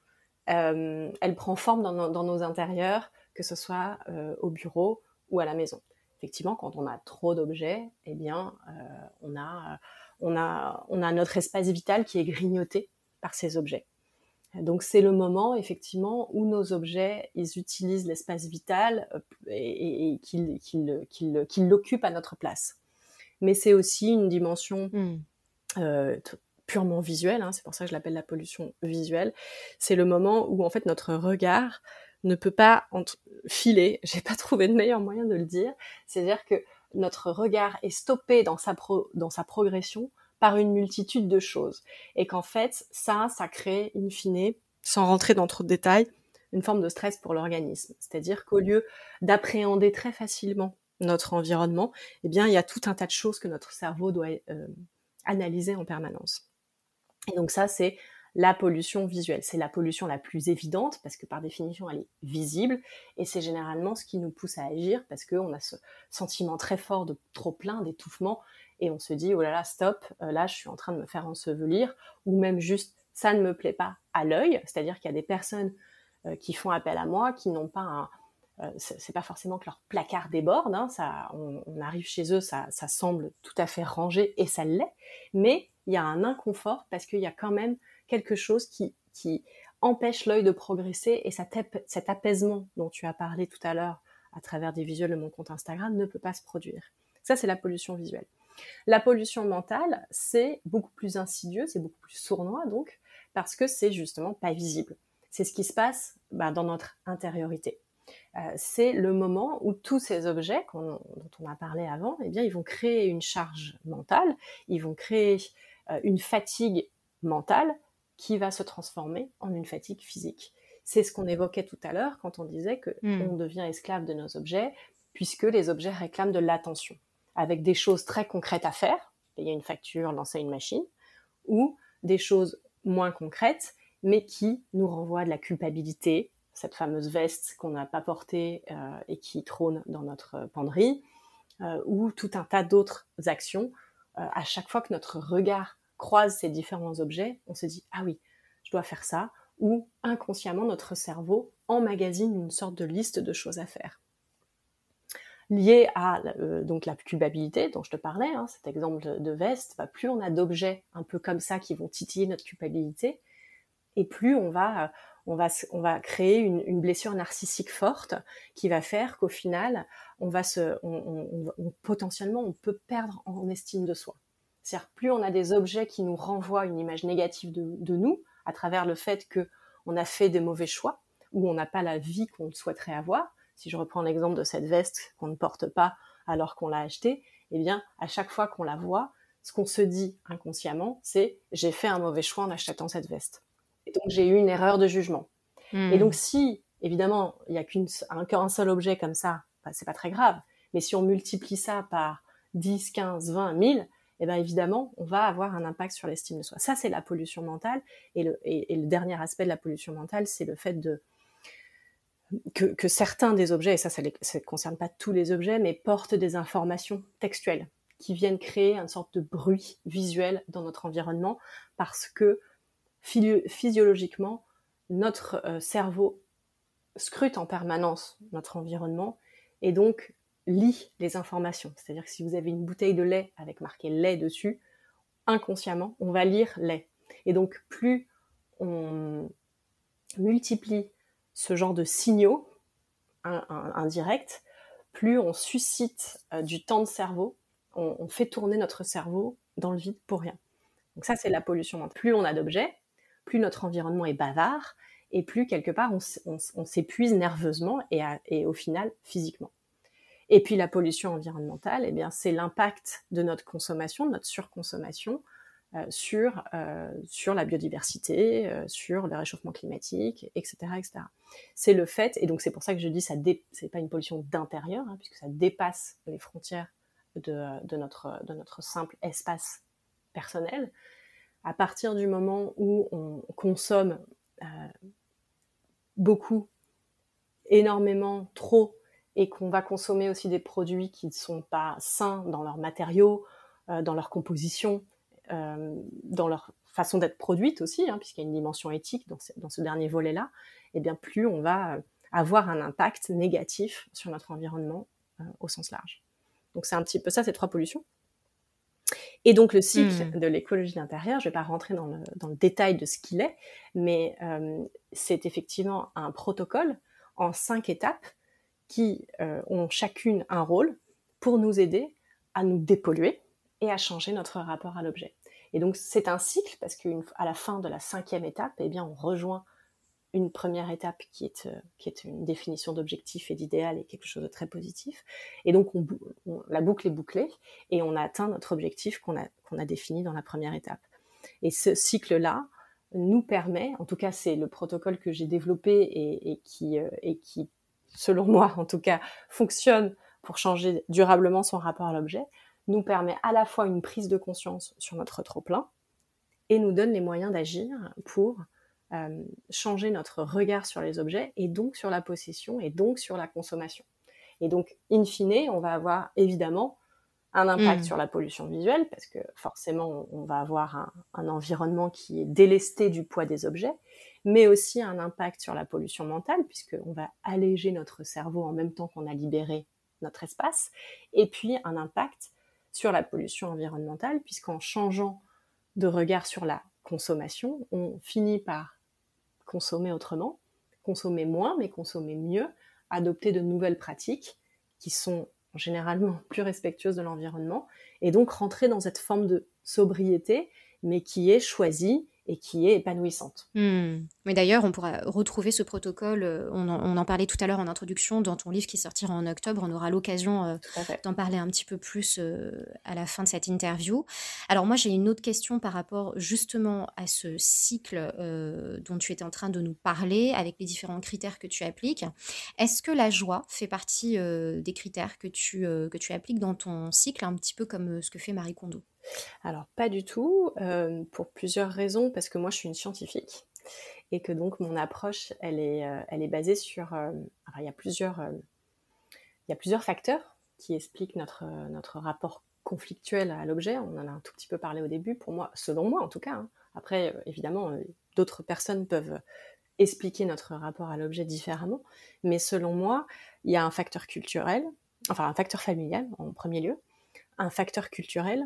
euh, elle prend forme dans nos, dans nos intérieurs, que ce soit euh, au bureau ou à la maison. Effectivement, quand on a trop d'objets, eh bien, euh, on a, on a, on a notre espace vital qui est grignoté par ces objets. Donc, c'est le moment, effectivement, où nos objets, ils utilisent l'espace vital et, et, et qu'ils, qu'ils, qu'ils, qu'ils l'occupent à notre place. Mais c'est aussi une dimension Mmh. euh, t- purement visuelle, hein, c'est pour ça que je l'appelle la pollution visuelle. C'est le moment où, en fait, notre regard ne peut pas entre- filer, j'ai pas trouvé de meilleur moyen de le dire, c'est-à-dire que notre regard est stoppé dans sa, pro- dans sa progression par une multitude de choses. Et qu'en fait, ça, ça crée, in fine, sans rentrer dans trop de détails, une forme de stress pour l'organisme. C'est-à-dire qu'au lieu d'appréhender très facilement notre environnement, eh bien, il y a tout un tas de choses que notre cerveau doit euh, analyser en permanence. Et donc ça, c'est la pollution visuelle. C'est la pollution la plus évidente parce que par définition, elle est visible et c'est généralement ce qui nous pousse à agir parce qu'on a ce sentiment très fort de trop plein, d'étouffement et on se dit oh là là, stop, là je suis en train de me faire ensevelir ou même juste ça ne me plaît pas à l'œil, c'est-à-dire qu'il y a des personnes euh, qui font appel à moi qui n'ont pas un euh, c'est pas forcément que leur placard déborde, hein, ça, on, on arrive chez eux, ça, ça semble tout à fait rangé et ça l'est, mais il y a un inconfort parce qu'il y a quand même quelque chose qui, qui empêche l'œil de progresser et cet, ap- cet apaisement dont tu as parlé tout à l'heure à travers des visuels de mon compte Instagram ne peut pas se produire. Ça, c'est la pollution visuelle. La pollution mentale, c'est beaucoup plus insidieux, c'est beaucoup plus sournois donc, parce que c'est justement pas visible. C'est ce qui se passe bah, dans notre intériorité. Euh, c'est le moment où tous ces objets qu'on, dont on a parlé avant, eh bien, ils vont créer une charge mentale, ils vont créer euh, une fatigue mentale qui va se transformer en une fatigue physique. C'est ce qu'on évoquait tout à l'heure quand on disait qu'on Mmh. devient esclave de nos objets, puisque les objets réclament de l'attention, avec des choses très concrètes à faire, payer une facture, lancer une machine, ou des choses moins concrètes, mais qui nous renvoient de la culpabilité, cette fameuse veste qu'on n'a pas portée euh, et qui trône dans notre penderie, euh, ou tout un tas d'autres actions. Euh, à chaque fois que notre regard croise ces différents objets, on se dit « Ah oui, je dois faire ça », ou inconsciemment, notre cerveau emmagasine une sorte de liste de choses à faire. Lié à euh, donc la culpabilité dont je te parlais, hein, cet exemple de, de veste, bah, plus on a d'objets un peu comme ça qui vont titiller notre culpabilité, et plus on va, on va, on va créer une, une blessure narcissique forte qui va faire qu'au final, on va se, on, on, on, potentiellement, on peut perdre en estime de soi. C'est-à-dire, plus on a des objets qui nous renvoient une image négative de, de nous, à travers le fait qu'on a fait des mauvais choix, ou on n'a pas la vie qu'on souhaiterait avoir. Si je reprends l'exemple de cette veste qu'on ne porte pas alors qu'on l'a achetée, eh bien, à chaque fois qu'on la voit, ce qu'on se dit inconsciemment, c'est « j'ai fait un mauvais choix en achetant cette veste ». Et donc, j'ai eu une erreur de jugement. Mmh. Et donc, si, évidemment, il n'y a qu'un qu'un seul objet comme ça, bah, c'est pas très grave. Mais si on multiplie ça par dix, quinze, vingt, mille, eh ben, évidemment, on va avoir un impact sur l'estime de soi. Ça, c'est la pollution mentale. Et le, et, et le dernier aspect de la pollution mentale, c'est le fait de, que, que certains des objets, et ça, ça ne concerne pas tous les objets, mais portent des informations textuelles qui viennent créer une sorte de bruit visuel dans notre environnement parce que physiologiquement, notre euh, cerveau scrute en permanence notre environnement et donc lit les informations. C'est-à-dire que si vous avez une bouteille de lait avec marqué lait dessus, inconsciemment, on va lire lait. Et donc plus on, multiplie ce genre de signaux un, un, indirects, plus on suscite euh, du temps de cerveau, on, on fait tourner notre cerveau dans le vide pour rien. Donc ça, c'est la pollution mentale. Plus on a d'objets, plus notre environnement est bavard, et plus, quelque part, on, on, on s'épuise nerveusement et, à, et au final, physiquement. Et puis la pollution environnementale, eh bien, c'est l'impact de notre consommation, de notre surconsommation, euh, sur, euh, sur la biodiversité, euh, sur le réchauffement climatique, et cetera, et cetera. C'est le fait, et donc c'est pour ça que je dis que dé- ce n'est pas une pollution d'intérieur, hein, puisque ça dépasse les frontières de, de, notre, de notre simple espace personnel. À partir du moment où on consomme euh, beaucoup, énormément, trop, et qu'on va consommer aussi des produits qui ne sont pas sains dans leurs matériaux, euh, dans leur composition, euh, dans leur façon d'être produite aussi, hein, puisqu'il y a une dimension éthique dans ce, dans ce dernier volet-là, et bien plus on va avoir un impact négatif sur notre environnement euh, au sens large. Donc c'est un petit peu ça, ces trois pollutions. Et donc le cycle mmh. de l'écologie d'intérieur, je ne vais pas rentrer dans le, dans le détail de ce qu'il est, mais euh, c'est effectivement un protocole en cinq étapes qui euh, ont chacune un rôle pour nous aider à nous dépolluer et à changer notre rapport à l'objet. Et donc c'est un cycle parce qu'à la fin de la cinquième étape, eh bien, on rejoint une première étape qui est, euh, qui est une définition d'objectif et d'idéal et quelque chose de très positif. Et donc, on, on, la boucle est bouclée et on a atteint notre objectif qu'on a, qu'on a défini dans la première étape. Et ce cycle-là nous permet, en tout cas, c'est le protocole que j'ai développé et, et, qui, euh, et qui, selon moi, en tout cas, fonctionne pour changer durablement son rapport à l'objet, nous permet à la fois une prise de conscience sur notre trop-plein et nous donne les moyens d'agir pour Euh, changer notre regard sur les objets et donc sur la possession et donc sur la consommation. Et donc, in fine, on va avoir évidemment un impact mmh. sur la pollution visuelle parce que forcément, on va avoir un, un environnement qui est délesté du poids des objets, mais aussi un impact sur la pollution mentale puisqu'on va alléger notre cerveau en même temps qu'on a libéré notre espace, et puis un impact sur la pollution environnementale puisqu'en changeant de regard sur la consommation, on finit par consommer autrement, consommer moins, mais consommer mieux, adopter de nouvelles pratiques qui sont généralement plus respectueuses de l'environnement, et donc rentrer dans cette forme de sobriété, mais qui est choisie et qui est épanouissante. Mmh. Mais d'ailleurs, on pourra retrouver ce protocole, on en, on en parlait tout à l'heure en introduction, dans ton livre qui sortira en octobre, on aura l'occasion euh, d'en parler un petit peu plus euh, à la fin de cette interview. Alors moi, j'ai une autre question par rapport justement à ce cycle euh, dont tu étais en train de nous parler, avec les différents critères que tu appliques. Est-ce que la joie fait partie euh, des critères que tu, euh, que tu appliques dans ton cycle, un petit peu comme ce que fait Marie Kondo ? Alors, pas du tout, euh, pour plusieurs raisons, parce que moi, je suis une scientifique, et que donc, mon approche, elle est, euh, elle est basée sur... Euh, alors, il y a plusieurs, euh, il y a plusieurs facteurs qui expliquent notre, euh, notre rapport conflictuel à l'objet. On en a un tout petit peu parlé au début, pour moi, selon moi en tout cas. Hein. Après, euh, évidemment, euh, d'autres personnes peuvent expliquer notre rapport à l'objet différemment, mais selon moi, il y a un facteur culturel, enfin un facteur familial en premier lieu, un facteur culturel,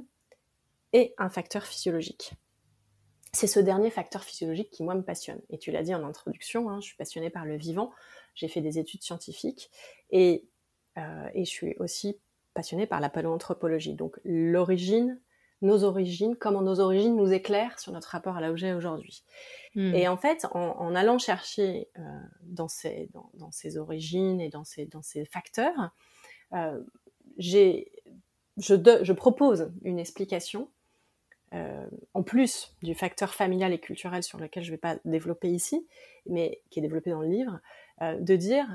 et un facteur physiologique. C'est ce dernier facteur physiologique qui, moi, me passionne. Et tu l'as dit en introduction, hein, je suis passionnée par le vivant, j'ai fait des études scientifiques, et, euh, et je suis aussi passionnée par la paléoanthropologie. Donc l'origine, nos origines, comment nos origines nous éclairent sur notre rapport à l'objet aujourd'hui. Mmh. Et en fait, en, en allant chercher euh, dans, ces, dans, dans ces origines et dans ces, dans ces facteurs, euh, j'ai, je, de, je propose une explication Euh, en plus du facteur familial et culturel sur lequel je ne vais pas développer ici, mais qui est développé dans le livre, euh, de dire,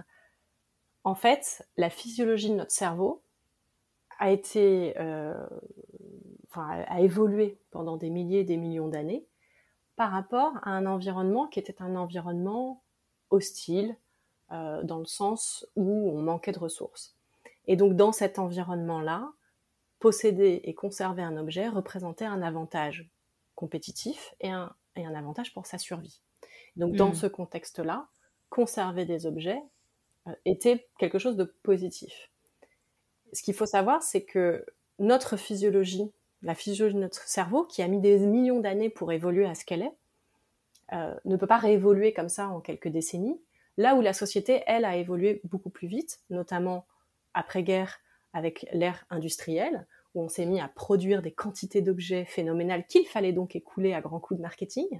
en fait, la physiologie de notre cerveau a été, euh, enfin, a évolué pendant des milliers et des millions d'années par rapport à un environnement qui était un environnement hostile, euh, dans le sens où on manquait de ressources. Et donc, dans cet environnement-là, posséder et conserver un objet représentait un avantage compétitif et un, et un avantage pour sa survie. Donc, mmh. dans ce contexte-là, conserver des objets euh, était quelque chose de positif. Ce qu'il faut savoir, c'est que notre physiologie, la physiologie de notre cerveau, qui a mis des millions d'années pour évoluer à ce qu'elle est, euh, ne peut pas réévoluer comme ça en quelques décennies, là où la société, elle, a évolué beaucoup plus vite, notamment après-guerre avec l'ère industrielle, où on s'est mis à produire des quantités d'objets phénoménales qu'il fallait donc écouler à grands coups de marketing.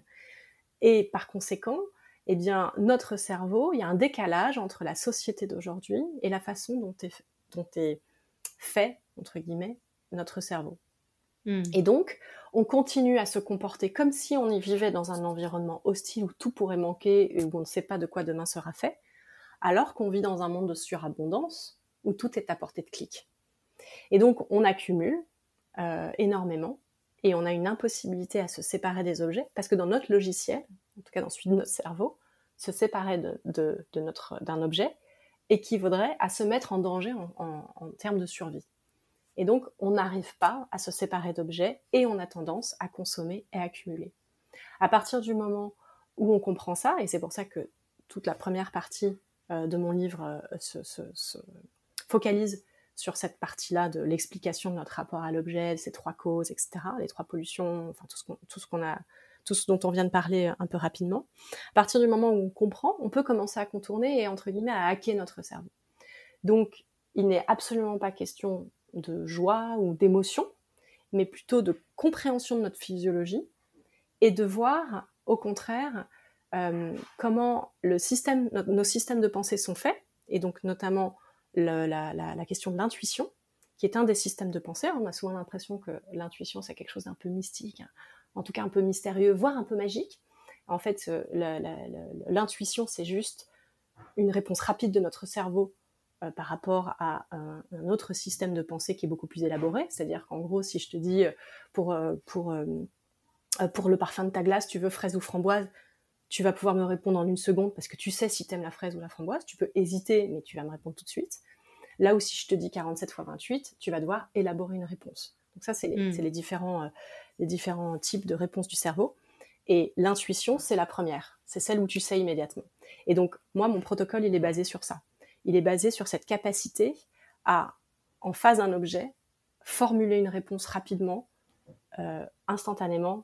Et par conséquent, eh bien, notre cerveau, il y a un décalage entre la société d'aujourd'hui et la façon dont est, dont est fait, entre guillemets, notre cerveau. Mmh. Et donc, on continue à se comporter comme si on y vivait dans un environnement hostile où tout pourrait manquer et où on ne sait pas de quoi demain sera fait, alors qu'on vit dans un monde de surabondance où tout est à portée de clic. Et donc, on accumule euh, énormément et on a une impossibilité à se séparer des objets parce que dans notre logiciel, en tout cas dans celui de notre cerveau, se séparer de, de, de notre, d'un objet équivaudrait à se mettre en danger en, en, en termes de survie. Et donc, on n'arrive pas à se séparer d'objets et on a tendance à consommer et à accumuler. À partir du moment où on comprend ça, et c'est pour ça que toute la première partie euh, de mon livre euh, se, se, se focalise sur cette partie-là de l'explication de notre rapport à l'objet, ces trois causes, et cetera, les trois pollutions, enfin tout ce qu'on, tout ce qu'on a, tout ce dont on vient de parler un peu rapidement. À partir du moment où on comprend, on peut commencer à contourner et, entre guillemets, à hacker notre cerveau. Donc, il n'est absolument pas question de joie ou d'émotion, mais plutôt de compréhension de notre physiologie et de voir, au contraire, euh, comment le système, nos systèmes de pensée sont faits, et donc notamment le, la, la, la question de l'intuition, qui est un des systèmes de pensée. On a souvent l'impression que l'intuition, c'est quelque chose d'un peu mystique, en tout cas un peu mystérieux, voire un peu magique. En fait, la, la, la, l'intuition, c'est juste une réponse rapide de notre cerveau euh, par rapport à un, un autre système de pensée qui est beaucoup plus élaboré. C'est-à-dire qu'en gros, si je te dis pour, pour, pour le parfum de ta glace, tu veux fraise ou framboise, tu vas pouvoir me répondre en une seconde parce que tu sais si t'aimes la fraise ou la framboise. Tu peux hésiter, mais tu vas me répondre tout de suite. Là où si je te dis quarante-sept fois vingt-huit, tu vas devoir élaborer une réponse. Donc ça, c'est les, mmh. c'est les, différents, euh, les différents types de réponses du cerveau. Et l'intuition, c'est la première. C'est celle où tu sais immédiatement. Et donc, moi, mon protocole, il est basé sur ça. Il est basé sur cette capacité à, en face d'un objet, formuler une réponse rapidement, euh, instantanément,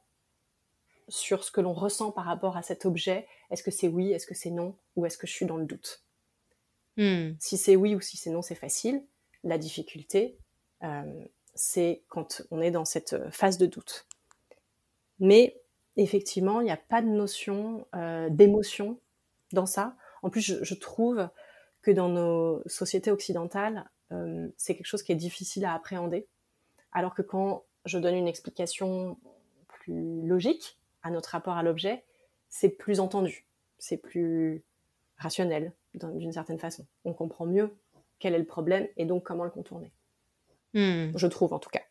sur ce que l'on ressent par rapport à cet objet. Est-ce que c'est oui, est-ce que c'est non, ou est-ce que je suis dans le doute? mmh. Si c'est oui ou si c'est non, c'est facile. La difficulté, euh, c'est quand on est dans cette phase de doute. Mais effectivement, il n'y a pas de notion euh, d'émotion dans ça. En plus, je, je trouve que dans nos sociétés occidentales, euh, c'est quelque chose qui est difficile à appréhender. Alors que quand je donne une explication plus logique à notre rapport à l'objet, c'est plus entendu, c'est plus rationnel d'une certaine façon. On comprend mieux quel est le problème et donc comment le contourner. Mmh. Je trouve en tout cas.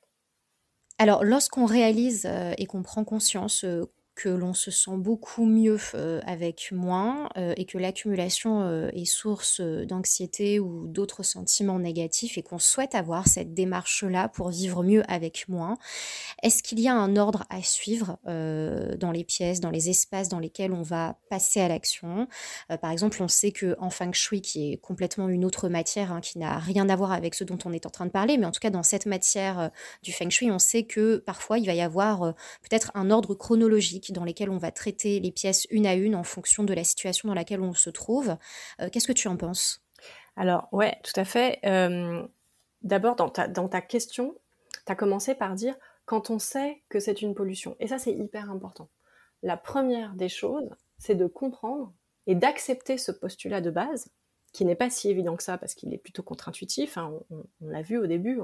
Alors, lorsqu'on réalise euh, et qu'on prend conscience euh, que l'on se sent beaucoup mieux euh, avec moins euh, et que l'accumulation euh, est source euh, d'anxiété ou d'autres sentiments négatifs et qu'on souhaite avoir cette démarche-là pour vivre mieux avec moins, est-ce qu'il y a un ordre à suivre euh, dans les pièces, dans les espaces dans lesquels on va passer à l'action? euh, Par exemple, on sait qu'en Feng Shui, qui est complètement une autre matière, hein, qui n'a rien à voir avec ce dont on est en train de parler, mais en tout cas dans cette matière euh, du Feng Shui, on sait que parfois il va y avoir euh, peut-être un ordre chronologique dans lequel on va traiter les pièces une à une en fonction de la situation dans laquelle on se trouve. Euh, qu'est-ce que tu en penses? Alors, ouais, tout à fait. Euh, d'abord, dans ta, dans ta question, tu as commencé par dire quand on sait que c'est une pollution. Et ça, c'est hyper important. La première des choses, c'est de comprendre et d'accepter ce postulat de base, qui n'est pas si évident que ça, parce qu'il est plutôt contre-intuitif. Hein. On, on, on l'a vu au début,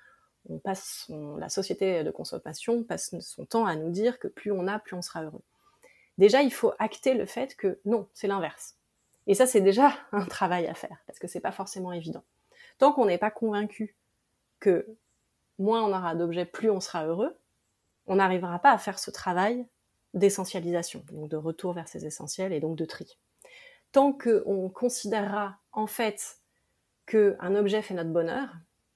on passe son, la société de consommation passe son temps à nous dire que plus on a, plus on sera heureux. Déjà, il faut acter le fait que non, c'est l'inverse. Et ça, c'est déjà un travail à faire, parce que c'est pas forcément évident. Tant qu'on n'est pas convaincu que moins on aura d'objets, plus on sera heureux, on n'arrivera pas à faire ce travail d'essentialisation, donc de retour vers ses essentiels et donc de tri. Tant qu'on considérera en fait qu'un objet fait notre bonheur,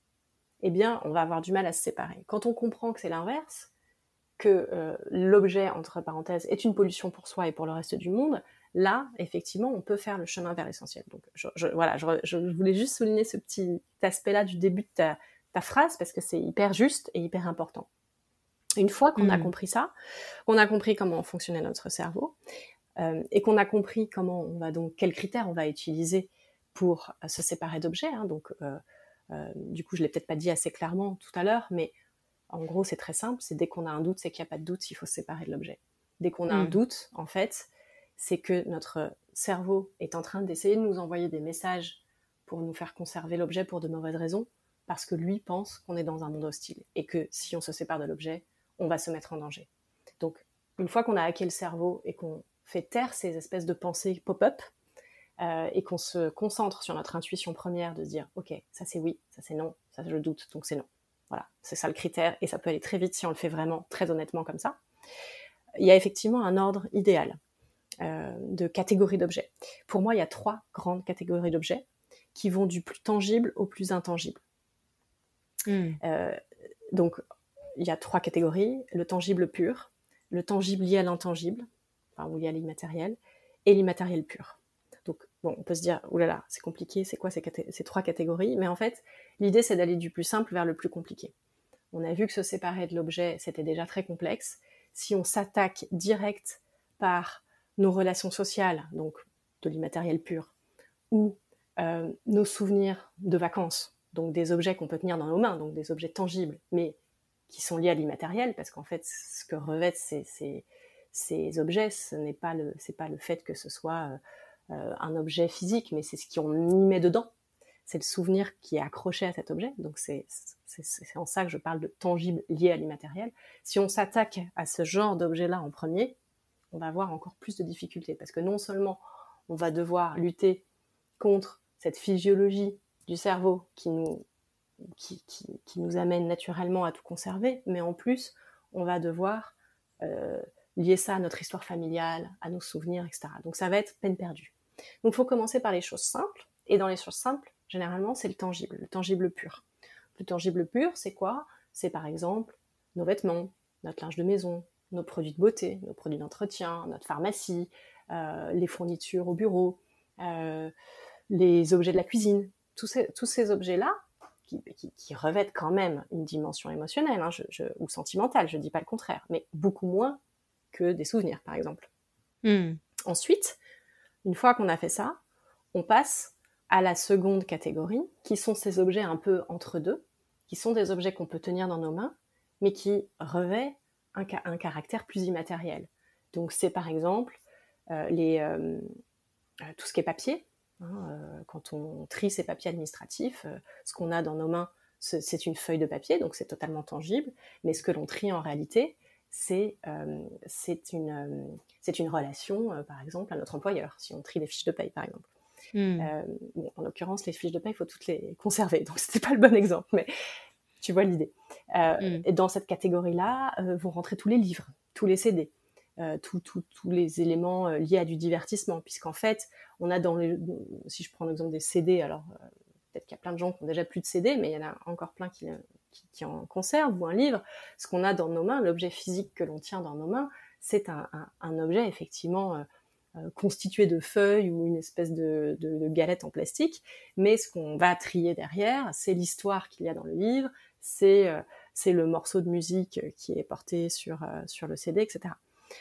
eh bien, on va avoir du mal à se séparer. Quand on comprend que c'est l'inverse, que euh, l'objet, entre parenthèses, est une pollution pour soi et pour le reste du monde, là, effectivement, on peut faire le chemin vers l'essentiel. Donc, je, je, voilà, je, je voulais juste souligner ce petit aspect-là du début de ta, ta phrase, parce que c'est hyper juste et hyper important. Une fois qu'on mmh. a compris ça, qu'on a compris comment fonctionnait notre cerveau, euh, et qu'on a compris comment on va donc, quels critères on va utiliser pour euh, se séparer d'objets, hein, donc euh, euh, du coup je l'ai peut-être pas dit assez clairement tout à l'heure, mais en gros c'est très simple, c'est dès qu'on a un doute, c'est qu'il n'y a pas de doute, il faut se séparer de l'objet. Dès qu'on a mmh. un doute, en fait, c'est que notre cerveau est en train d'essayer de nous envoyer des messages pour nous faire conserver l'objet pour de mauvaises raisons, parce que lui pense qu'on est dans un monde hostile, et que si on se sépare de l'objet, on va se mettre en danger. Donc, une fois qu'on a hacké le cerveau et qu'on fait taire ces espèces de pensées pop-up, euh, et qu'on se concentre sur notre intuition première de se dire « Ok, ça c'est oui, ça c'est non, ça je doute, donc c'est non ». Voilà, c'est ça le critère, et ça peut aller très vite si on le fait vraiment, très honnêtement comme ça. Il y a effectivement un ordre idéal euh, de catégories d'objets. Pour moi, il y a trois grandes catégories d'objets qui vont du plus tangible au plus intangible. Mmh. Euh, donc, il y a trois catégories, le tangible pur, le tangible lié à l'intangible, enfin, ou lié à l'immatériel, et l'immatériel pur. Donc, bon, on peut se dire, oulala, c'est compliqué, c'est quoi ces, caté- ces trois catégories? Mais en fait, l'idée, c'est d'aller du plus simple vers le plus compliqué. On a vu que se séparer de l'objet, c'était déjà très complexe. Si on s'attaque direct par nos relations sociales, donc de l'immatériel pur, ou euh, nos souvenirs de vacances, donc des objets qu'on peut tenir dans nos mains, donc des objets tangibles, mais qui sont liés à l'immatériel, parce qu'en fait, ce que revêtent ces, ces, ces objets, ce n'est pas le, c'est pas le fait que ce soit euh, un objet physique, mais c'est ce qu'on y met dedans. C'est le souvenir qui est accroché à cet objet, donc c'est, c'est, c'est en ça que je parle de tangible lié à l'immatériel. Si on s'attaque à ce genre d'objet-là en premier, on va avoir encore plus de difficultés, parce que non seulement on va devoir lutter contre cette physiologie du cerveau qui nous, qui, qui, qui nous amène naturellement à tout conserver, mais en plus, on va devoir euh, lier ça à notre histoire familiale, à nos souvenirs, et cetera. Donc ça va être peine perdue. Donc il faut commencer par les choses simples, et dans les choses simples, généralement, c'est le tangible, le tangible pur. Le tangible pur, c'est quoi? C'est par exemple nos vêtements, notre linge de maison, nos produits de beauté, nos produits d'entretien, notre pharmacie, euh, les fournitures au bureau, euh, les objets de la cuisine. Tous ces, tous ces objets-là, qui, qui, qui revêtent quand même une dimension émotionnelle hein, je, je, ou sentimentale, je ne dis pas le contraire, mais beaucoup moins que des souvenirs, par exemple. Mm. Ensuite, une fois qu'on a fait ça, on passe à la seconde catégorie, qui sont ces objets un peu entre deux, qui sont des objets qu'on peut tenir dans nos mains, mais qui revêtent un, un caractère plus immatériel. Donc c'est par exemple euh, les, euh, tout ce qui est papier. Hein, euh, quand on trie ces papiers administratifs, euh, ce qu'on a dans nos mains, c'est, c'est une feuille de papier, donc c'est totalement tangible, mais ce que l'on trie en réalité, c'est, euh, c'est, une, euh, c'est une relation, euh, par exemple, à notre employeur, si on trie des fiches de paye, par exemple. Mmh. Euh, bon, en l'occurrence, les fiches de paie, il faut toutes les conserver, donc c'était pas le bon exemple, mais tu vois l'idée. Euh, mmh. Et dans cette catégorie-là euh, vont rentrer tous les livres, tous les C D, euh, tous tout, tout les éléments euh, liés à du divertissement, puisqu'en fait, on a dans les, si je prends l'exemple des C D, alors euh, peut-être qu'il y a plein de gens qui ont déjà plus de C D, mais il y en a encore plein qui, qui, qui en conservent, ou un livre. Ce qu'on a dans nos mains, l'objet physique que l'on tient dans nos mains, c'est un, un, un objet effectivement euh, Euh, constitué de feuilles ou une espèce de, de, de galette en plastique, mais ce qu'on va trier derrière, c'est l'histoire qu'il y a dans le livre, c'est, euh, c'est le morceau de musique qui est porté sur, euh, sur le C D, et cetera.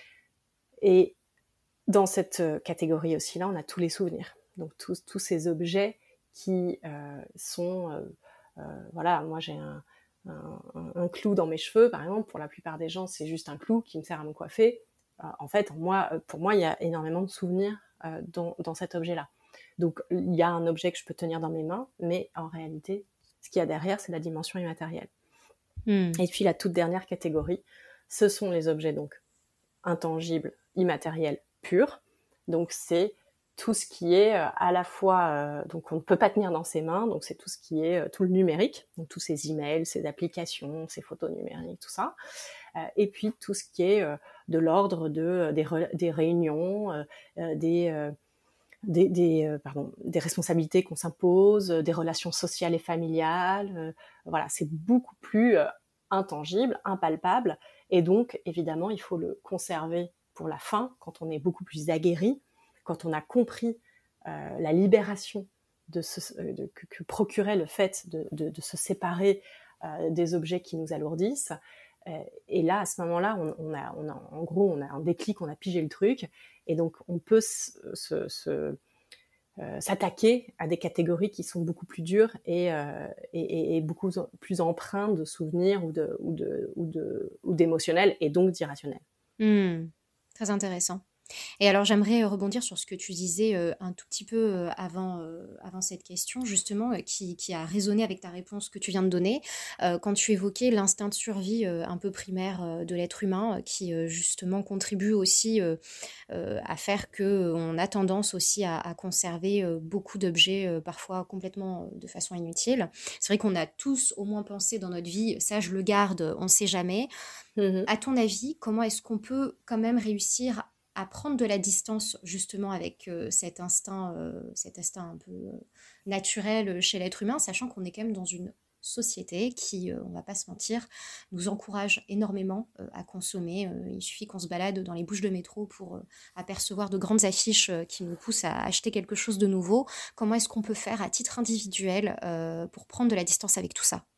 Et dans cette catégorie aussi-là, on a tous les souvenirs, donc tous, tous ces objets qui euh, sont... Euh, euh, voilà, moi j'ai un, un, un clou dans mes cheveux, par exemple, pour la plupart des gens, c'est juste un clou qui me sert à me coiffer. En fait, moi, pour moi, il y a énormément de souvenirs euh, dans, dans cet objet-là. Donc, il y a un objet que je peux tenir dans mes mains, mais en réalité, ce qu'il y a derrière, c'est la dimension immatérielle. Mmh. Et puis, la toute dernière catégorie, ce sont les objets donc intangibles, immatériels, purs. Donc, c'est tout ce qui est euh, à la fois, euh, donc on ne peut pas tenir dans ses mains, donc c'est tout ce qui est euh, tout le numérique, donc tous ces emails, ces applications, ces photos numériques, tout ça. Euh, et puis tout ce qui est euh, de l'ordre de, des, re, des réunions, euh, des, euh, des, des, euh, pardon, des responsabilités qu'on s'impose, des relations sociales et familiales. Euh, voilà, c'est beaucoup plus euh, intangible, impalpable. Et donc, évidemment, il faut le conserver pour la fin, quand on est beaucoup plus aguerri, quand on a compris euh, la libération de ce, de, que, que procurait le fait de, de, de se séparer euh, des objets qui nous alourdissent. Euh, et là, à ce moment-là, on, on, a, on a, en gros, on a un déclic, on a pigé le truc, et donc on peut se, se, se, euh, s'attaquer à des catégories qui sont beaucoup plus dures et, euh, et, et beaucoup plus empreintes de souvenirs ou, de, ou, de, ou, de, ou d'émotionnel, et donc d'irrationnel. Mmh. Très intéressant. Et alors, j'aimerais rebondir sur ce que tu disais euh, un tout petit peu euh, avant, euh, avant cette question, justement, euh, qui, qui a résonné avec ta réponse que tu viens de donner, euh, quand tu évoquais l'instinct de survie euh, un peu primaire euh, de l'être humain, euh, qui euh, justement contribue aussi euh, euh, à faire qu'on a tendance aussi à, à conserver euh, beaucoup d'objets, euh, parfois complètement euh, de façon inutile. C'est vrai qu'on a tous au moins pensé dans notre vie, ça je le garde, on ne sait jamais. Mmh. À ton avis, comment est-ce qu'on peut quand même réussir à prendre de la distance justement avec euh, cet instinct, euh, cet instinct un peu euh, naturel chez l'être humain, sachant qu'on est quand même dans une société qui, euh, on va pas se mentir, nous encourage énormément euh, à consommer. Euh, il suffit qu'on se balade dans les bouches de métro pour euh, apercevoir de grandes affiches euh, qui nous poussent à acheter quelque chose de nouveau. Comment est-ce qu'on peut faire à titre individuel euh, pour prendre de la distance avec tout ça?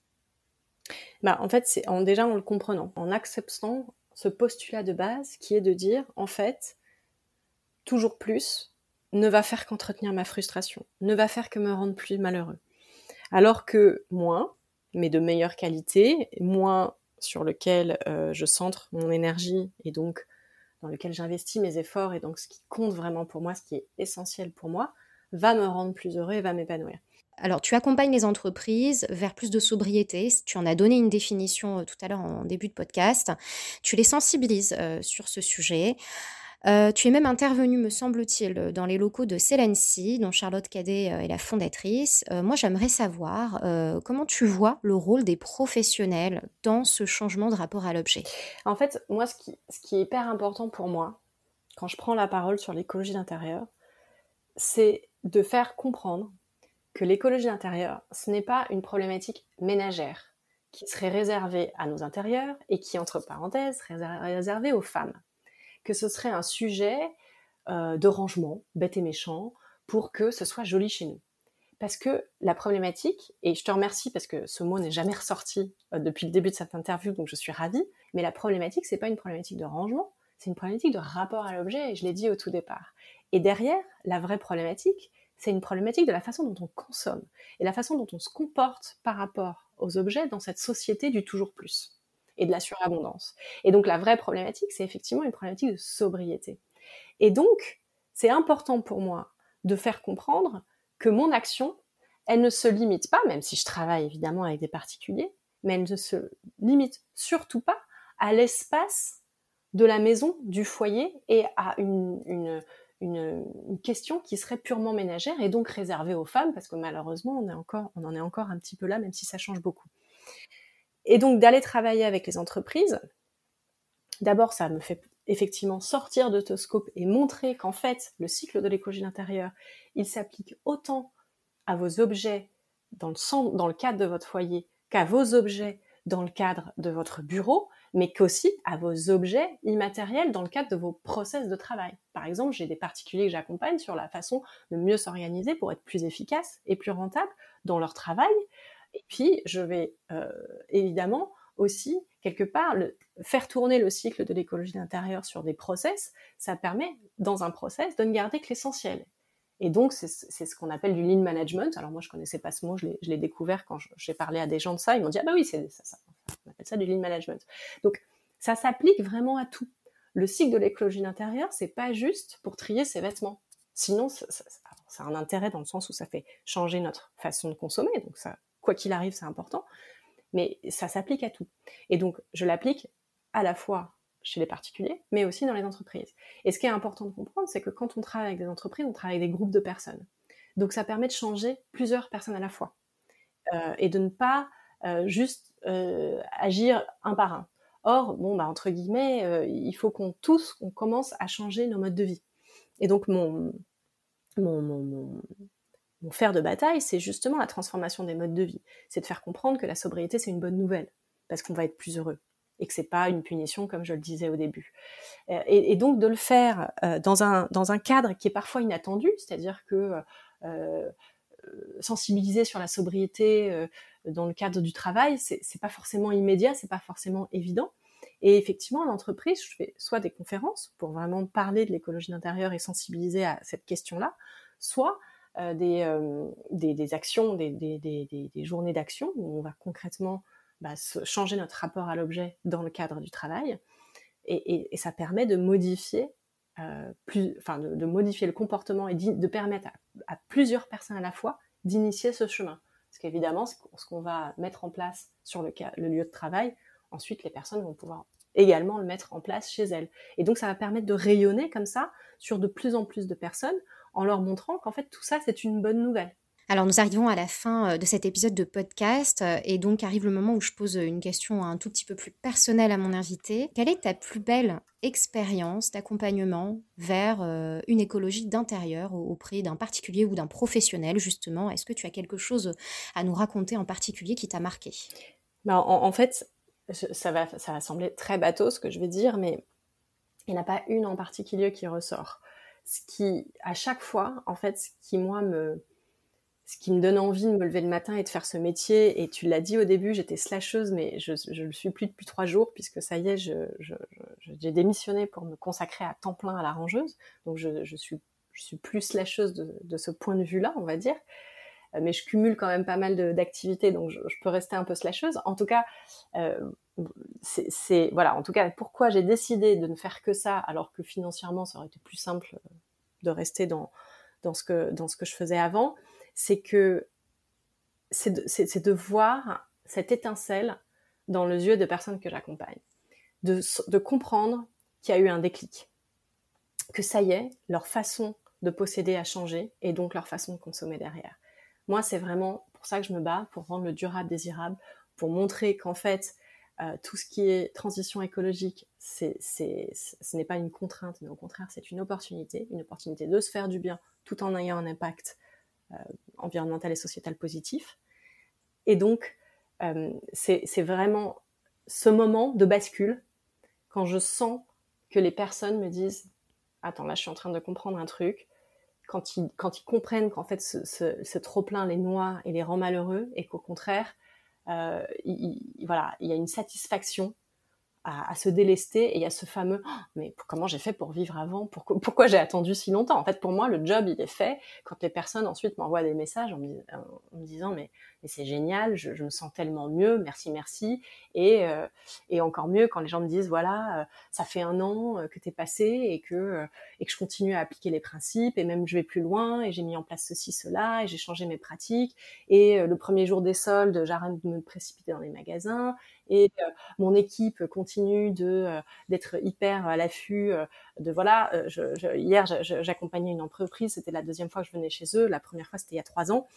Bah, en fait, c'est en, déjà en le comprenant, en acceptant ce postulat de base qui est de dire, en fait, toujours plus ne va faire qu'entretenir ma frustration, ne va faire que me rendre plus malheureux. Alors que moins, mais de meilleure qualité, moins sur lequel euh, je centre mon énergie et donc dans lequel j'investis mes efforts et donc ce qui compte vraiment pour moi, ce qui est essentiel pour moi, va me rendre plus heureux et va m'épanouir. Alors, tu accompagnes les entreprises vers plus de sobriété. Tu en as donné une définition euh, tout à l'heure en début de podcast. Tu les sensibilises euh, sur ce sujet. Euh, tu es même intervenue, me semble-t-il, dans les locaux de Celency, dont Charlotte Cadet euh, est la fondatrice. Euh, moi, j'aimerais savoir euh, comment tu vois le rôle des professionnels dans ce changement de rapport à l'objet. En fait, moi, ce qui, ce qui est hyper important pour moi, quand je prends la parole sur l'écologie d'intérieur, c'est de faire comprendre que l'écologie intérieure, ce n'est pas une problématique ménagère qui serait réservée à nos intérieurs et qui, entre parenthèses, serait réservée aux femmes. Que ce serait un sujet euh, de rangement, bête et méchant, pour que ce soit joli chez nous. Parce que la problématique, et je te remercie parce que ce mot n'est jamais ressorti euh, depuis le début de cette interview, donc je suis ravie, mais la problématique, c'est pas une problématique de rangement, c'est une problématique de rapport à l'objet, et je l'ai dit au tout départ. Et derrière, la vraie problématique, c'est une problématique de la façon dont on consomme et la façon dont on se comporte par rapport aux objets dans cette société du toujours plus et de la surabondance. Et donc la vraie problématique, c'est effectivement une problématique de sobriété. Et donc, c'est important pour moi de faire comprendre que mon action, elle ne se limite pas, même si je travaille évidemment avec des particuliers, mais elle ne se limite surtout pas à l'espace de la maison, du foyer, et à une, une, une, une question qui serait purement ménagère et donc réservée aux femmes, parce que malheureusement, on, est encore, on en est encore un petit peu là, même si ça change beaucoup. Et donc, d'aller travailler avec les entreprises, d'abord, ça me fait effectivement sortir de ce scope et montrer qu'en fait, le cycle de l'écologie d'intérieur, il s'applique autant à vos objets dans le, centre, dans le cadre de votre foyer qu'à vos objets dans le cadre de votre bureau, mais qu'aussi à vos objets immatériels dans le cadre de vos process de travail. Par exemple, j'ai des particuliers que j'accompagne sur la façon de mieux s'organiser pour être plus efficaces et plus rentables dans leur travail. Et puis, je vais euh, évidemment aussi, quelque part, le, faire tourner le cycle de l'écologie d'intérieur sur des process, ça permet, dans un process, de ne garder que l'essentiel. Et donc, c'est, c'est ce qu'on appelle du lean management. Alors moi, je connaissais pas ce mot, je l'ai, je l'ai découvert quand je, j'ai parlé à des gens de ça. Ils m'ont dit, ah bah oui, c'est ça, ça, on appelle ça du lean management. Donc, ça s'applique vraiment à tout. Le cycle de l'écologie d'intérieur, c'est pas juste pour trier ses vêtements. Sinon, ça, ça, ça a un intérêt dans le sens où ça fait changer notre façon de consommer. Donc ça, quoi qu'il arrive, c'est important. Mais ça s'applique à tout. Et donc, je l'applique à la fois chez les particuliers, mais aussi dans les entreprises. Et ce qui est important de comprendre, c'est que quand on travaille avec des entreprises, on travaille avec des groupes de personnes. Donc, ça permet de changer plusieurs personnes à la fois. Euh, et de ne pas euh, juste euh, agir un par un. Or, bon, bah, entre guillemets, euh, il faut qu'on tous, on commence à changer nos modes de vie. Et donc, mon, mon, mon, mon Mon fer de bataille, c'est justement la transformation des modes de vie. C'est de faire comprendre que la sobriété, c'est une bonne nouvelle, parce qu'on va être plus heureux, et que c'est pas une punition, comme je le disais au début. Et, et donc de le faire euh, dans un, dans un cadre qui est parfois inattendu, c'est-à-dire que euh, sensibiliser sur la sobriété euh, dans le cadre du travail, c'est, c'est pas forcément immédiat, c'est pas forcément évident. Et effectivement, en entreprise, je fais soit des conférences pour vraiment parler de l'écologie d'intérieur et sensibiliser à cette question-là, soit euh, des, euh, des, des actions, des, des, des, des journées d'action où on va concrètement bah, changer notre rapport à l'objet dans le cadre du travail. Et, et, et ça permet de modifier, euh, plus, enfin de, de modifier le comportement et de permettre à, à plusieurs personnes à la fois d'initier ce chemin. Parce qu'évidemment, ce qu'on va mettre en place sur le, le lieu de travail, ensuite les personnes vont pouvoir également le mettre en place chez elles. Et donc ça va permettre de rayonner comme ça sur de plus en plus de personnes en leur montrant qu'en fait tout ça c'est une bonne nouvelle. Alors nous arrivons à la fin de cet épisode de podcast et donc arrive le moment où je pose une question un tout petit peu plus personnelle à mon invité. Quelle est ta plus belle expérience d'accompagnement vers une écologie d'intérieur auprès d'un particulier ou d'un professionnel justement? Est-ce que tu as quelque chose à nous raconter en particulier qui t'a marqué? Ben, en, en fait, ça va, ça va sembler très bateau ce que je vais dire, mais il n'y en a pas une en particulier qui ressort. Ce qui, à chaque fois, en fait, ce qui moi me... ce qui me donne envie de me lever le matin et de faire ce métier, et tu l'as dit au début, j'étais slasheuse, mais je ne le suis plus depuis trois jours, puisque ça y est, je, je, je, j'ai démissionné pour me consacrer à temps plein à la rangeuse, donc je, je, suis, je suis plus slasheuse de, de ce point de vue-là, on va dire, mais je cumule quand même pas mal de, d'activités, donc je, je peux rester un peu slasheuse. En tout cas, euh, c'est, c'est, voilà, en tout cas, pourquoi j'ai décidé de ne faire que ça, alors que financièrement, ça aurait été plus simple de rester dans, dans, ce, que, dans ce que je faisais avant, c'est que c'est de, c'est, c'est de voir cette étincelle dans les yeux de personnes que j'accompagne, de, de comprendre qu'il y a eu un déclic, que ça y est, leur façon de posséder a changé et donc leur façon de consommer derrière. Moi, c'est vraiment pour ça que je me bats, pour rendre le durable désirable, pour montrer qu'en fait, euh, tout ce qui est transition écologique, c'est, c'est, ce n'est pas une contrainte, mais au contraire, c'est une opportunité, une opportunité de se faire du bien tout en ayant un impact Euh, environnemental et sociétal positif. Et donc, euh, c'est, c'est vraiment ce moment de bascule quand je sens que les personnes me disent « Attends, là, je suis en train de comprendre un truc », quand ils, quand ils comprennent qu'en fait, ce, ce, ce trop-plein les noie et les rend malheureux et qu'au contraire, euh, il, il, voilà, il y a une satisfaction À, à se délester, et il y a ce fameux oh, « mais comment j'ai fait pour vivre avant, pourquoi, pourquoi j'ai attendu si longtemps ?» En fait, pour moi, le job, il est fait quand les personnes ensuite m'envoient des messages en me, en me disant « mais, mais c'est génial, je, je me sens tellement mieux, merci, merci ». Et, euh, et encore mieux quand les gens me disent « voilà, euh, ça fait un an euh, que t'es passé et que, euh, et que je continue à appliquer les principes, et même je vais plus loin, et j'ai mis en place ceci, cela, et j'ai changé mes pratiques, et euh, le premier jour des soldes, j'arrête de me précipiter dans les magasins, et euh, mon équipe continue de euh, d'être hyper à l'affût euh, de voilà euh, je, je, hier je, j'accompagnais une entreprise, c'était la deuxième fois que je venais chez eux, la première fois c'était il y a trois ans,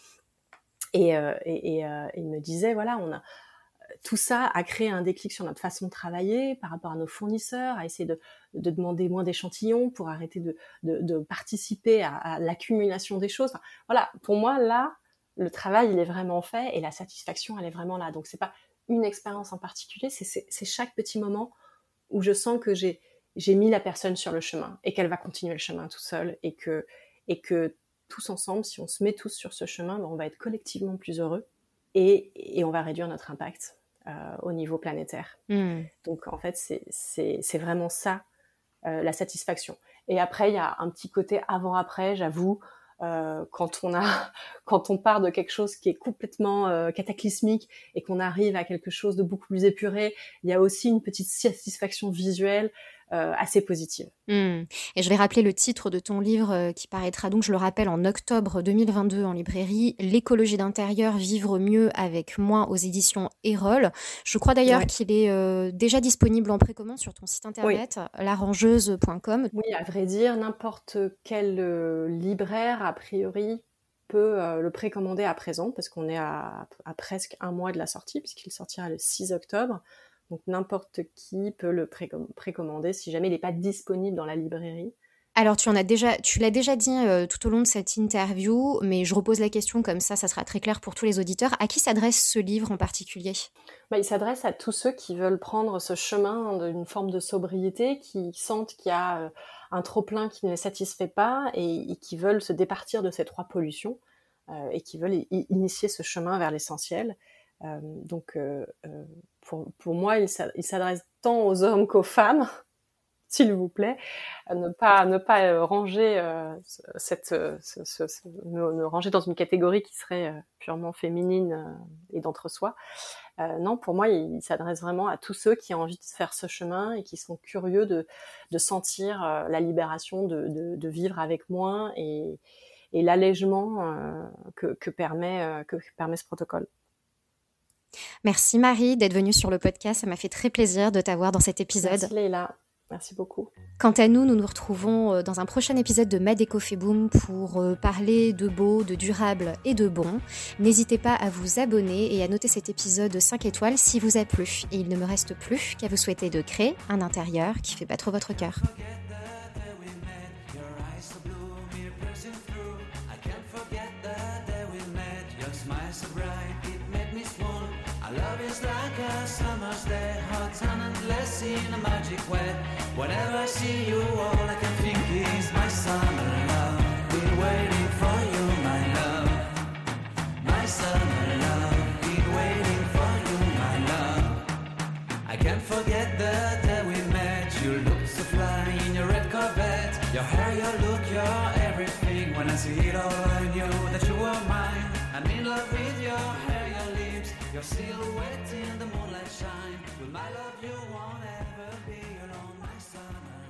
et euh, et, et euh, ils me disaient voilà, on a tout ça a créé un déclic sur notre façon de travailler par rapport à nos fournisseurs, à essayer de, de demander moins d'échantillons pour arrêter de, de, de participer à, à l'accumulation des choses. Enfin, voilà, pour moi là le travail il est vraiment fait et la satisfaction elle est vraiment là, donc c'est pas une expérience en particulier, c'est, c'est, c'est chaque petit moment où je sens que j'ai, j'ai mis la personne sur le chemin et qu'elle va continuer le chemin tout seul, et que, et que tous ensemble, si on se met tous sur ce chemin, ben on va être collectivement plus heureux et, et on va réduire notre impact euh, au niveau planétaire. Mmh. Donc en fait, c'est, c'est, c'est vraiment ça, euh, la satisfaction. Et après, il y a un petit côté avant-après, j'avoue, Euh, quand on a, quand on part de quelque chose qui est complètement euh, cataclysmique et qu'on arrive à quelque chose de beaucoup plus épuré, il y a aussi une petite satisfaction visuelle euh, assez positive. Mmh. Et je vais rappeler le titre de ton livre euh, qui paraîtra donc, je le rappelle, en octobre deux mille vingt-deux en librairie, L'écologie d'intérieur, vivre mieux avec moins, aux éditions Erol. Je crois d'ailleurs ouais. qu'il est euh, déjà disponible en précommande sur ton site internet, oui. larangeuse point com. Oui, à vrai dire, n'importe quel euh, libraire, a priori, peut euh, le précommander à présent, parce qu'on est à, à presque un mois de la sortie, puisqu'il sortira le six octobre. Donc n'importe qui peut le précom- précommander si jamais il n'est pas disponible dans la librairie. Alors tu en as déjà, tu l'as déjà dit euh, tout au long de cette interview, mais je repose la question comme ça, ça sera très clair pour tous les auditeurs. À qui s'adresse ce livre en particulier ? Bah, il s'adresse à tous ceux qui veulent prendre ce chemin d'une forme de sobriété, qui sentent qu'il y a euh, un trop-plein qui ne les satisfait pas et, et qui veulent se départir de ces trois pollutions. euh, et qui veulent i- initier ce chemin vers l'essentiel. Euh, donc, euh, euh, pour, pour moi, il s'adresse tant aux hommes qu'aux femmes, s'il vous plaît, à ne pas ne pas euh, ranger euh, cette euh, ce, ce, ce, ne, ne ranger dans une catégorie qui serait euh, purement féminine euh, et d'entre-soi. Euh, non, pour moi, il, il s'adresse vraiment à tous ceux qui ont envie de faire ce chemin et qui sont curieux de de sentir euh, la libération de, de de vivre avec moins et et l'allègement euh, que que permet euh, que permet ce protocole. Merci Marie d'être venue sur le podcast, ça m'a fait très plaisir de t'avoir dans cet épisode. Merci Leïla. Merci beaucoup. Quant à nous, nous nous retrouvons dans un prochain épisode de Mad Eco fait Boom pour parler de beau, de durable et de bon. N'hésitez pas à vous abonner et à noter cet épisode cinq étoiles si vous a plu. Et il ne me reste plus qu'à vous souhaiter de créer un intérieur qui fait battre votre cœur. In a magic way. Whenever I see you, all I can think is my summer love. Been waiting for you, my love. My summer love. Been waiting for you, my love. I can't forget the day we met. You looked so fly in your red Corvette. Your hair, your look, your everything. When I see it all, I knew that you were mine. I'm in love with your hair, your lips, your silhouette in the moonlight shine. With my love, you won't ever be alone, my summer.